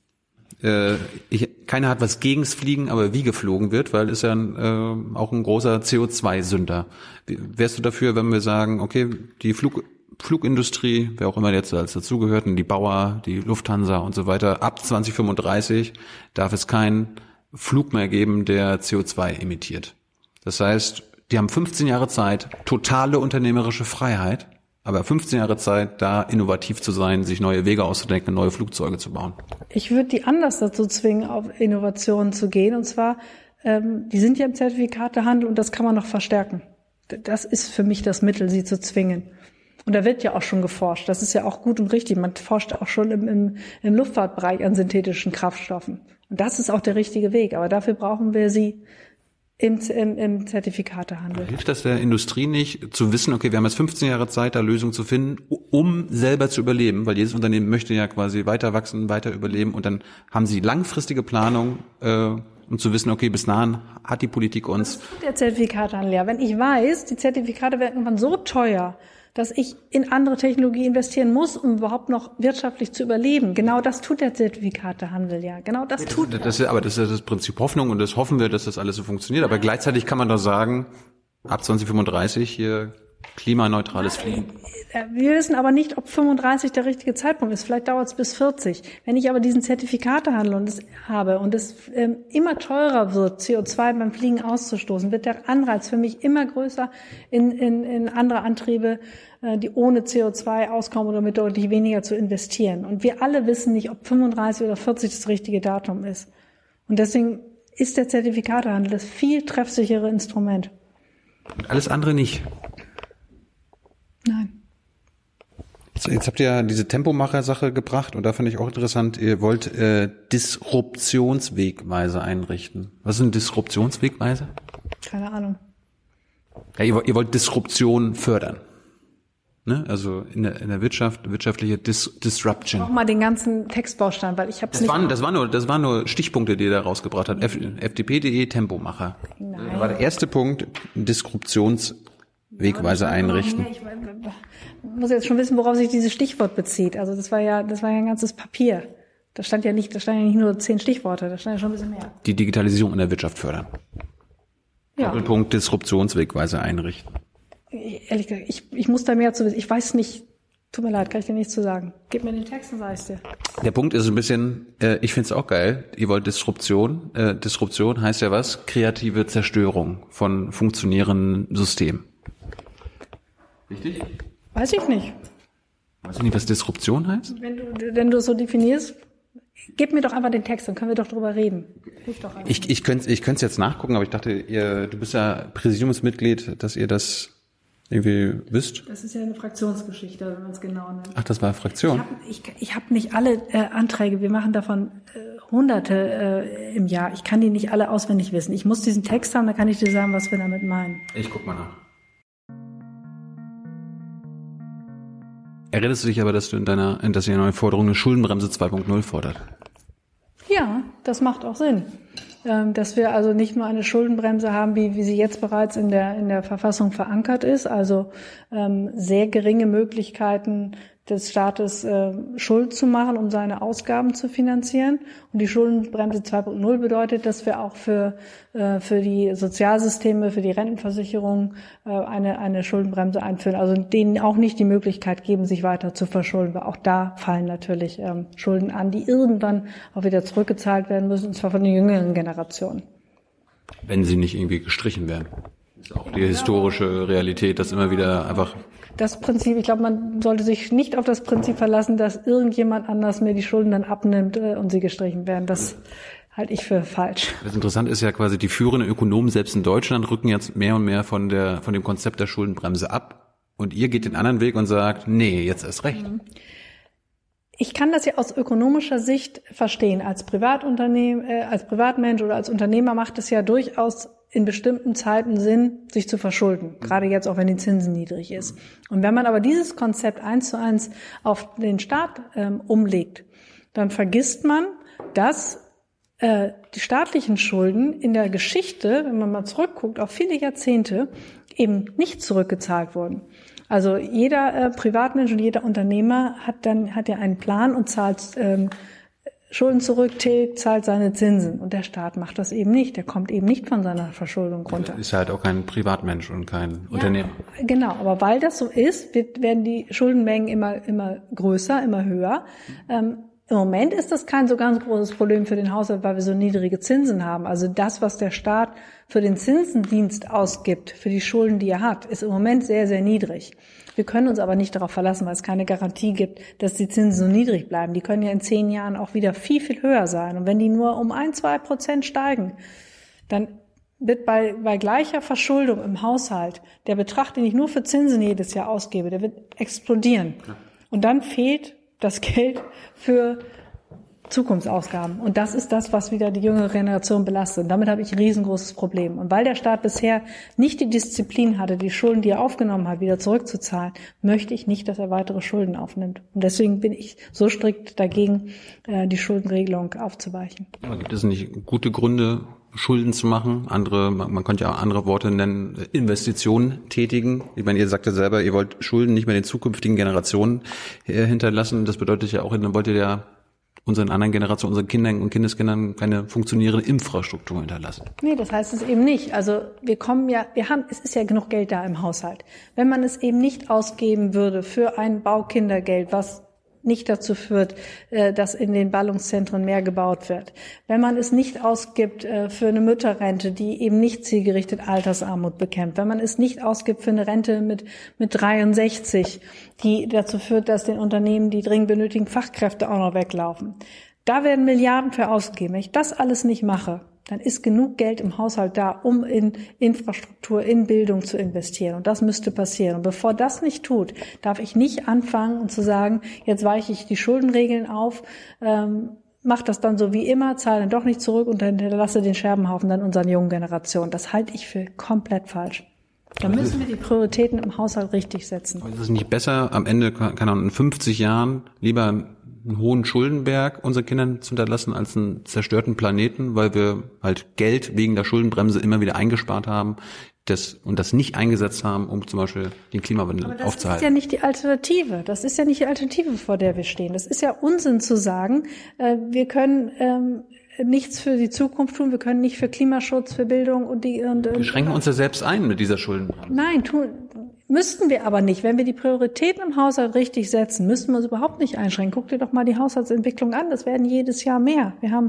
S2: Keiner hat was gegens Fliegen, aber wie geflogen wird, weil ist ja auch ein großer CO2-Sünder. Wärst du dafür, wenn wir sagen, okay, die Flugindustrie, wer auch immer jetzt als dazugehört, die Bauer, die Lufthansa und so weiter, ab 2035 darf es keinen Flug mehr geben, der CO2 emittiert. Das heißt, die haben 15 Jahre Zeit, totale unternehmerische Freiheit, aber 15 Jahre Zeit, da innovativ zu sein, sich neue Wege auszudenken, neue Flugzeuge zu bauen.
S1: Ich würde die anders dazu zwingen, auf Innovationen zu gehen. Und zwar, die sind ja im Zertifikatehandel und das kann man noch verstärken. Das ist für mich das Mittel, sie zu zwingen. Und da wird ja auch schon geforscht. Das ist ja auch gut und richtig. Man forscht auch schon im Luftfahrtbereich an synthetischen Kraftstoffen. Und das ist auch der richtige Weg. Aber dafür brauchen wir sie im Zertifikatehandel.
S2: Hilft das der Industrie nicht, zu wissen, okay, wir haben jetzt 15 Jahre Zeit, da Lösungen zu finden, um selber zu überleben, weil jedes Unternehmen möchte ja quasi weiter wachsen, weiter überleben und dann haben sie langfristige Planung, um zu wissen, okay, bis dahin hat die Politik uns...
S1: Das tut der Zertifikatehandel ja. Wenn ich weiß, die Zertifikate werden irgendwann so teuer, dass ich in andere Technologie investieren muss, um überhaupt noch wirtschaftlich zu überleben. Genau das tut der Zertifikatehandel ja. Genau das tut er.
S2: Aber das ist das Prinzip Hoffnung und das hoffen wir, dass das alles so funktioniert. Aber gleichzeitig kann man doch sagen, ab 2035 hier klimaneutrales Fliegen.
S1: Wir wissen aber nicht, ob 35 der richtige Zeitpunkt ist. Vielleicht dauert es bis 40. Wenn ich aber diesen Zertifikatehandel und es habe und es immer teurer wird, CO2 beim Fliegen auszustoßen, wird der Anreiz für mich immer größer, in andere Antriebe, die ohne CO2 auskommen oder mit deutlich weniger zu investieren. Und wir alle wissen nicht, ob 35 oder 40 das richtige Datum ist. Und deswegen ist der Zertifikatehandel das viel treffsichere Instrument.
S2: Und alles andere nicht.
S1: Nein.
S2: Jetzt habt ihr ja diese Tempomacher-Sache gebracht und da fand ich auch interessant, ihr wollt Disruptionswegweise einrichten. Was ist ein Disruptionswegweise?
S1: Keine Ahnung.
S2: Ja, ihr wollt Disruption fördern. Ne? Also in der Wirtschaft, wirtschaftliche Disruption.
S1: Mach mal den ganzen Textbaustein, weil ich habe
S2: das waren nur Stichpunkte, die ihr da rausgebracht habt. FDP.de Tempomacher.
S1: Nein.
S2: Da war der erste Punkt, Disruptionswegweise einrichten.
S1: Ich muss jetzt schon wissen, worauf sich dieses Stichwort bezieht. Also das war ja ein ganzes Papier. Da stand ja nicht nur 10 Stichworte, da stand ja schon ein bisschen mehr.
S2: Die Digitalisierung in der Wirtschaft fördern.
S1: Ja.
S2: Doppelpunkt Disruptionswegweise einrichten.
S1: Ehrlich gesagt, ich muss da mehr zu wissen. Ich weiß nicht, Tut mir leid, kann ich dir nichts zu sagen. Gib mir den Text, dann sag ich's dir.
S2: Der Punkt ist ein bisschen, ich finde es auch geil, ihr wollt Disruption. Disruption heißt ja was? Kreative Zerstörung von funktionierenden Systemen. Richtig?
S1: Weiß ich nicht.
S2: Weißt du nicht, was Disruption heißt?
S1: Wenn du es so definierst, gib mir doch einfach den Text, dann können wir doch drüber reden. Hilf doch einfach.
S2: Ich könnte es jetzt nachgucken, aber ich dachte, du bist ja Präsidiumsmitglied, dass ihr das irgendwie wisst.
S1: Das ist ja eine Fraktionsgeschichte, wenn man es genau nennt.
S2: Ach, das war Fraktion.
S1: Ich hab nicht alle Anträge, wir machen davon Hunderte im Jahr. Ich kann die nicht alle auswendig wissen. Ich muss diesen Text haben, dann kann ich dir sagen, was wir damit meinen.
S2: Ich guck mal nach. Erinnerst du dich aber, dass ihr eine neue Forderung eine Schuldenbremse 2.0 fordert?
S1: Ja, das macht auch Sinn. Dass wir also nicht nur eine Schuldenbremse haben, wie sie jetzt bereits in der Verfassung verankert ist, also sehr geringe Möglichkeiten des Staates, Schuld zu machen, um seine Ausgaben zu finanzieren. Und die Schuldenbremse 2.0 bedeutet, dass wir auch für die Sozialsysteme, für die Rentenversicherung eine Schuldenbremse einführen, also denen auch nicht die Möglichkeit geben, sich weiter zu verschulden. Weil auch da fallen natürlich Schulden an, die irgendwann auch wieder zurückgezahlt werden müssen, und zwar von den jüngeren Generationen.
S2: Wenn sie nicht irgendwie gestrichen werden. Das ist auch die historische Realität, dass immer wieder einfach...
S1: Das Prinzip, ich glaube, man sollte sich nicht auf das Prinzip verlassen, dass irgendjemand anders mir die Schulden dann abnimmt und sie gestrichen werden. Das halte ich für falsch.
S2: Das Interessante ist ja quasi, die führenden Ökonomen selbst in Deutschland rücken jetzt mehr und mehr von dem Konzept der Schuldenbremse ab. Und ihr geht den anderen Weg und sagt, nee, jetzt erst recht.
S1: Ich kann das ja aus ökonomischer Sicht verstehen. Als Privatmensch oder als Unternehmer macht es ja durchaus in bestimmten Zeiten Sinn, sich zu verschulden. Gerade jetzt auch, wenn die Zinsen niedrig ist. Und wenn man aber dieses Konzept 1:1 auf den Staat umlegt, dann vergisst man, dass die staatlichen Schulden in der Geschichte, wenn man mal zurückguckt, auf viele Jahrzehnte eben nicht zurückgezahlt wurden. Also jeder Privatmensch und jeder Unternehmer hat ja einen Plan und zahlt Schulden zurück, tilgt, zahlt seine Zinsen. Und der Staat macht das eben nicht. Der kommt eben nicht von seiner Verschuldung runter.
S2: Ist halt auch kein Privatmensch und kein Unternehmer.
S1: Genau, aber weil das so ist, werden die Schuldenmengen immer größer, immer höher. Im Moment ist das kein so ganz großes Problem für den Haushalt, weil wir so niedrige Zinsen haben. Also das, was der Staat für den Zinsendienst ausgibt, für die Schulden, die er hat, ist im Moment sehr, sehr niedrig. Wir können uns aber nicht darauf verlassen, weil es keine Garantie gibt, dass die Zinsen so niedrig bleiben. Die können ja in 10 Jahren auch wieder viel, viel höher sein. Und wenn die nur um 1-2% steigen, dann wird bei gleicher Verschuldung im Haushalt der Betrag, den ich nur für Zinsen jedes Jahr ausgebe, der wird explodieren. Und dann fehlt das Geld für Zukunftsausgaben. Und das ist das, was wieder die jüngere Generation belastet. Und damit habe ich ein riesengroßes Problem. Und weil der Staat bisher nicht die Disziplin hatte, die Schulden, die er aufgenommen hat, wieder zurückzuzahlen, möchte ich nicht, dass er weitere Schulden aufnimmt. Und deswegen bin ich so strikt dagegen, die Schuldenregelung aufzuweichen.
S2: Aber gibt es nicht gute Gründe, Schulden zu machen? Man könnte ja auch andere Worte nennen, Investitionen tätigen. Ich meine, ihr sagt ja selber, ihr wollt Schulden nicht mehr den zukünftigen Generationen hinterlassen. Das bedeutet ja auch, dann wollt ihr ja unseren anderen Generationen, unseren Kindern und Kindeskindern keine funktionierende Infrastruktur hinterlassen.
S1: Nee, das heißt es eben nicht. Also es ist ja genug Geld da im Haushalt. Wenn man es eben nicht ausgeben würde für ein Baukindergeld, was nicht dazu führt, dass in den Ballungszentren mehr gebaut wird. Wenn man es nicht ausgibt für eine Mütterrente, die eben nicht zielgerichtet Altersarmut bekämpft. Wenn man es nicht ausgibt für eine Rente mit 63, die dazu führt, dass den Unternehmen die dringend benötigten Fachkräfte auch noch weglaufen. Da werden Milliarden für ausgegeben. Wenn ich das alles nicht mache, dann ist genug Geld im Haushalt da, um in Infrastruktur, in Bildung zu investieren. Und das müsste passieren. Und bevor das nicht tut, darf ich nicht anfangen und zu sagen, jetzt weiche ich die Schuldenregeln auf, mach das dann so wie immer, zahle dann doch nicht zurück und dann hinterlasse den Scherbenhaufen dann unseren jungen Generationen. Das halte ich für komplett falsch. Da müssen wir die Prioritäten im Haushalt richtig setzen.
S2: Ist es nicht besser, am Ende, keine Ahnung, in 50 Jahren lieber einen hohen Schuldenberg unseren Kindern zu hinterlassen als einen zerstörten Planeten, weil wir halt Geld wegen der Schuldenbremse immer wieder eingespart haben und das nicht eingesetzt haben, um zum Beispiel den Klimawandel aufzuhalten.
S1: Das ist ja nicht die Alternative. Das ist ja nicht die Alternative, vor der wir stehen. Das ist ja Unsinn zu sagen, wir können nichts für die Zukunft tun, wir können nicht für Klimaschutz, für Bildung und
S2: wir schränken uns ja selbst ein mit dieser Schuldenbremse.
S1: Nein, Müssten wir aber nicht. Wenn wir die Prioritäten im Haushalt richtig setzen, müssten wir es überhaupt nicht einschränken. Guck dir doch mal die Haushaltsentwicklung an. Das werden jedes Jahr mehr. Wir haben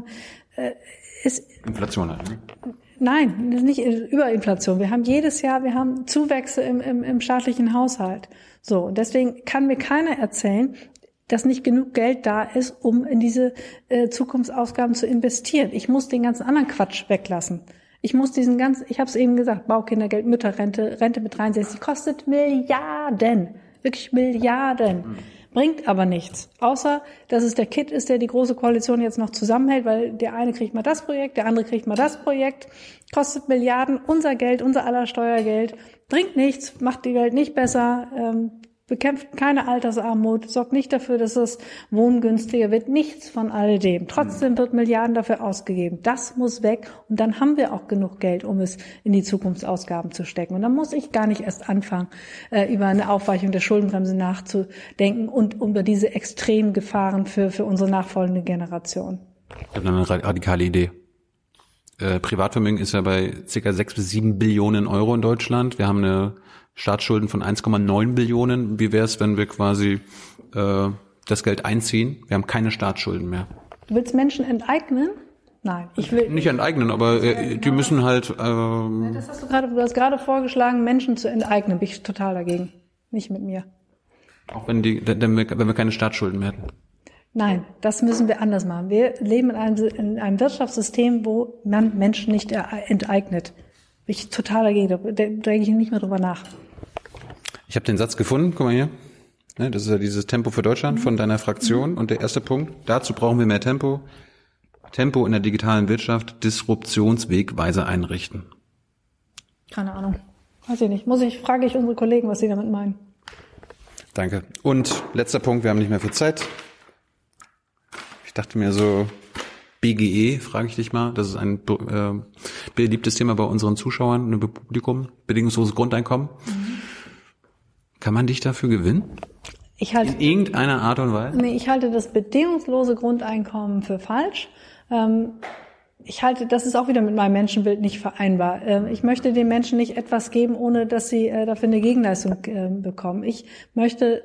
S2: Inflation halt, ne?
S1: Nein, das ist nicht Überinflation. Wir haben jedes Jahr, Zuwächse im staatlichen Haushalt. So, und deswegen kann mir keiner erzählen, dass nicht genug Geld da ist, um in diese Zukunftsausgaben zu investieren. Ich muss den ganzen anderen Quatsch weglassen. Ich muss ich habe es eben gesagt, Baukindergeld, Mütterrente, Rente mit 63, kostet Milliarden, wirklich Milliarden. Bringt aber nichts, außer dass es der Kit ist, der die Große Koalition jetzt noch zusammenhält, weil der eine kriegt mal das Projekt, der andere kriegt mal das Projekt, kostet Milliarden, unser Geld, unser aller Steuergeld, bringt nichts, macht die Welt nicht besser, bekämpft keine Altersarmut, sorgt nicht dafür, dass das Wohnen günstiger wird, nichts von alledem. Trotzdem wird Milliarden dafür ausgegeben. Das muss weg und dann haben wir auch genug Geld, um es in die Zukunftsausgaben zu stecken. Und dann muss ich gar nicht erst anfangen, über eine Aufweichung der Schuldenbremse nachzudenken und über diese extremen Gefahren für unsere nachfolgende Generation.
S2: Ich habe eine radikale Idee. Privatvermögen ist ja bei ca. 6 bis 7 Billionen Euro in Deutschland. Wir haben eine Staatsschulden von 1,9 Billionen. Wie wäre es, wenn wir quasi das Geld einziehen? Wir haben keine Staatsschulden mehr.
S1: Du willst Menschen enteignen? Nein, ich will
S2: nicht enteignen, aber die müssen halt.
S1: Das hast du hast gerade vorgeschlagen, Menschen zu enteignen. Bin ich total dagegen. Nicht mit mir.
S2: Auch wenn wir keine Staatsschulden mehr hätten.
S1: Nein, das müssen wir anders machen. Wir leben in einem Wirtschaftssystem, wo man Menschen nicht enteignet. Bin ich total dagegen. Da denke ich nicht mehr drüber nach.
S2: Ich habe den Satz gefunden, guck mal hier. Das ist ja dieses Tempo für Deutschland von deiner Fraktion. Und der erste Punkt, dazu brauchen wir mehr Tempo. Tempo in der digitalen Wirtschaft, Disruptionswegweise einrichten.
S1: Keine Ahnung. Weiß ich nicht. Frage ich unsere Kollegen, was sie damit meinen.
S2: Danke. Und letzter Punkt, wir haben nicht mehr viel Zeit. Ich dachte mir so, BGE, frage ich dich mal. Das ist ein beliebtes Thema bei unseren Zuschauern, im Publikum. Bedingungsloses Grundeinkommen. Kann man dich dafür gewinnen? In irgendeiner Art und Weise?
S1: Nee, ich halte das bedingungslose Grundeinkommen für falsch. Das ist auch wieder mit meinem Menschenbild nicht vereinbar. Ich möchte den Menschen nicht etwas geben, ohne dass sie dafür eine Gegenleistung bekommen. Ich möchte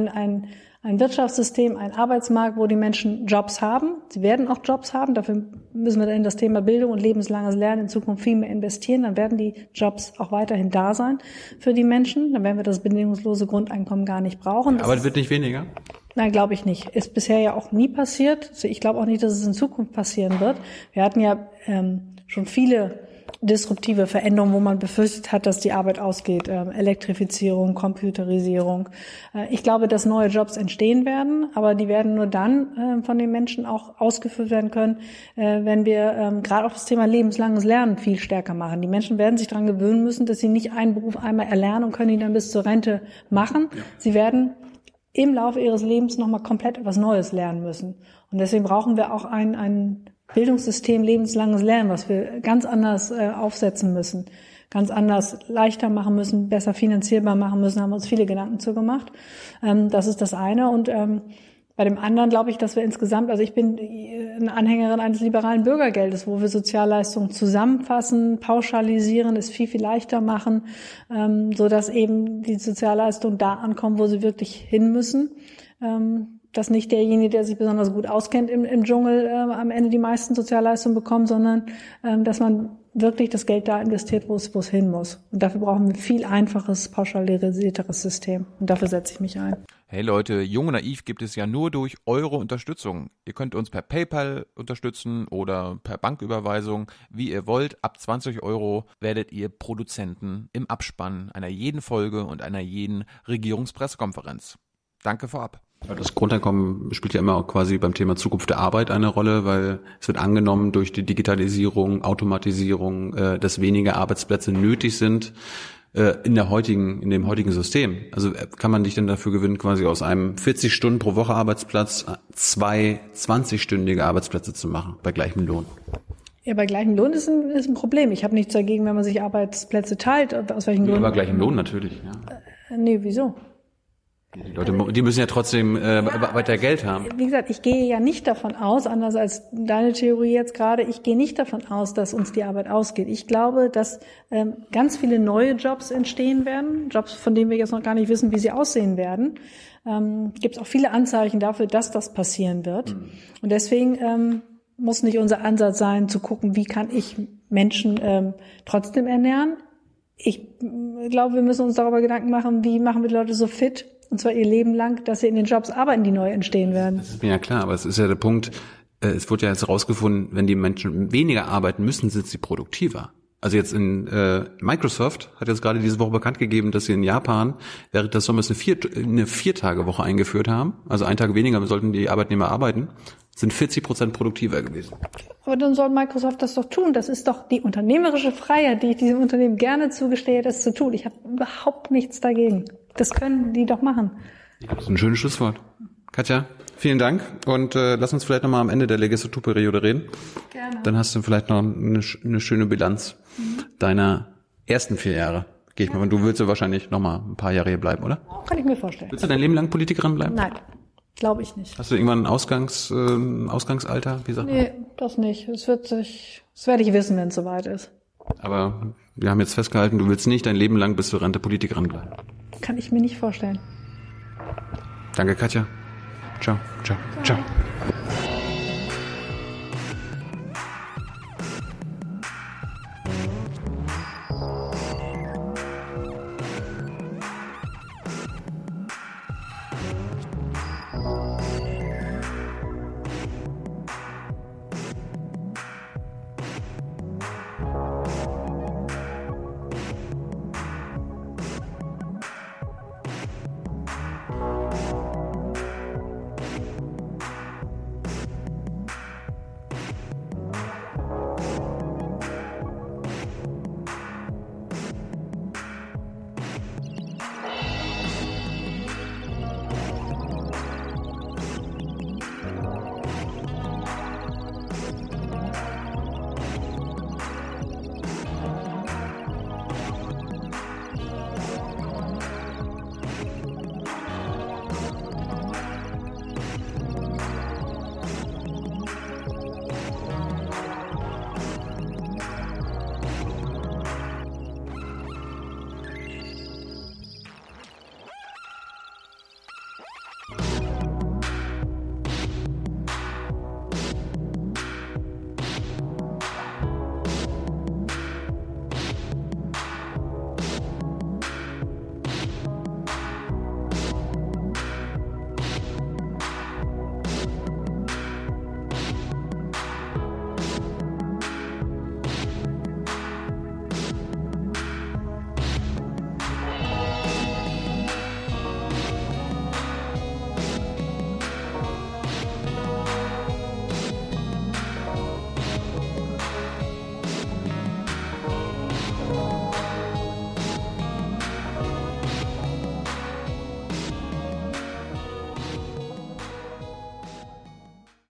S1: ein Wirtschaftssystem, ein Arbeitsmarkt, wo die Menschen Jobs haben. Sie werden auch Jobs haben. Dafür müssen wir in das Thema Bildung und lebenslanges Lernen in Zukunft viel mehr investieren. Dann werden die Jobs auch weiterhin da sein für die Menschen. Dann werden wir das bedingungslose Grundeinkommen gar nicht brauchen.
S2: Aber es wird nicht weniger?
S1: Nein, glaube ich nicht. Ist bisher ja auch nie passiert. Ich glaube auch nicht, dass es in Zukunft passieren wird. Wir hatten ja schon viele disruptive Veränderungen, wo man befürchtet hat, dass die Arbeit ausgeht. Elektrifizierung, Computerisierung. Ich glaube, dass neue Jobs entstehen werden, aber die werden nur dann von den Menschen auch ausgeführt werden können, wenn wir gerade auch das Thema lebenslanges Lernen viel stärker machen. Die Menschen werden sich daran gewöhnen müssen, dass sie nicht einen Beruf einmal erlernen und können ihn dann bis zur Rente machen. Ja. Sie werden im Laufe ihres Lebens nochmal komplett etwas Neues lernen müssen. Und deswegen brauchen wir auch ein Bildungssystem lebenslanges Lernen, was wir ganz anders aufsetzen müssen, ganz anders leichter machen müssen, besser finanzierbar machen müssen, haben wir uns viele Gedanken zu gemacht. Das ist das eine. Und bei dem anderen glaube ich, dass wir insgesamt, also ich bin eine Anhängerin eines liberalen Bürgergeldes, wo wir Sozialleistungen zusammenfassen, pauschalisieren, es viel, viel leichter machen, so dass eben die Sozialleistungen da ankommen, wo sie wirklich hin müssen. Dass nicht derjenige, der sich besonders gut auskennt im Dschungel, am Ende die meisten Sozialleistungen bekommt, sondern dass man wirklich das Geld da investiert, wo es hin muss. Und dafür brauchen wir ein viel einfaches, pauschalisierteres System. Und dafür setze ich mich ein.
S5: Hey Leute, Jung und Naiv gibt es ja nur durch eure Unterstützung. Ihr könnt uns per PayPal unterstützen oder per Banküberweisung, wie ihr wollt. Ab 20 € werdet ihr Produzenten im Abspann einer jeden Folge und einer jeden Regierungspressekonferenz. Danke vorab.
S2: Das Grundeinkommen spielt ja immer auch quasi beim Thema Zukunft der Arbeit eine Rolle, weil es wird angenommen durch die Digitalisierung, Automatisierung, dass weniger Arbeitsplätze nötig sind in dem heutigen System. Also kann man dich denn dafür gewinnen, quasi aus einem 40 Stunden pro Woche Arbeitsplatz 2 20-stündige Arbeitsplätze zu machen bei gleichem Lohn?
S1: Ja, bei gleichem Lohn ist ein Problem. Ich habe nichts dagegen, wenn man sich Arbeitsplätze teilt. Aus welchen Gründen?
S2: Bei gleichem Lohn natürlich, ja.
S1: Nee, wieso?
S2: Die Leute, die müssen ja trotzdem weiter Geld haben.
S1: Wie gesagt, ich gehe ja nicht davon aus, anders als deine Theorie jetzt gerade, ich gehe nicht davon aus, dass uns die Arbeit ausgeht. Ich glaube, dass ganz viele neue Jobs entstehen werden, Jobs, von denen wir jetzt noch gar nicht wissen, wie sie aussehen werden. Gibt es auch viele Anzeichen dafür, dass das passieren wird. Und deswegen muss nicht unser Ansatz sein, zu gucken, wie kann ich Menschen trotzdem ernähren. Ich glaube, wir müssen uns darüber Gedanken machen, wie machen wir die Leute so fit, und zwar ihr Leben lang, dass sie in den Jobs arbeiten, die neu entstehen werden.
S2: Das ist mir ja klar, aber es ist ja der Punkt, es wurde ja jetzt herausgefunden, wenn die Menschen weniger arbeiten müssen, sind sie produktiver. Also jetzt in Microsoft hat jetzt gerade diese Woche bekannt gegeben, dass sie in Japan während des Sommers eine 4-Tage-Woche eingeführt haben. Also 1 Tag weniger sollten die Arbeitnehmer arbeiten, sind 40% produktiver gewesen.
S1: Aber dann soll Microsoft das doch tun. Das ist doch die unternehmerische Freiheit, die ich diesem Unternehmen gerne zugestehe, das zu tun. Ich habe überhaupt nichts dagegen. Das können die doch machen.
S2: Das ist ein schönes Schlusswort. Katja, vielen Dank und lass uns vielleicht nochmal am Ende der Legislaturperiode reden.
S1: Gerne.
S2: Dann hast du vielleicht noch eine schöne Bilanz deiner ersten 4 Jahre. Gehe ich mal. Und du willst ja wahrscheinlich nochmal ein paar Jahre hier bleiben, oder?
S1: Kann ich mir vorstellen.
S2: Willst du dein Leben lang Politikerin bleiben?
S1: Nein, glaube ich nicht.
S2: Hast du irgendwann ein Ausgangsalter? Wie sagt man?
S1: Nee, das nicht. Das werde ich wissen, wenn es soweit ist.
S2: Aber wir haben jetzt festgehalten, du willst nicht dein Leben lang bis zur Rente Politikerin bleiben.
S1: Kann ich mir nicht vorstellen.
S2: Danke, Katja. Ciao, ciao, ciao.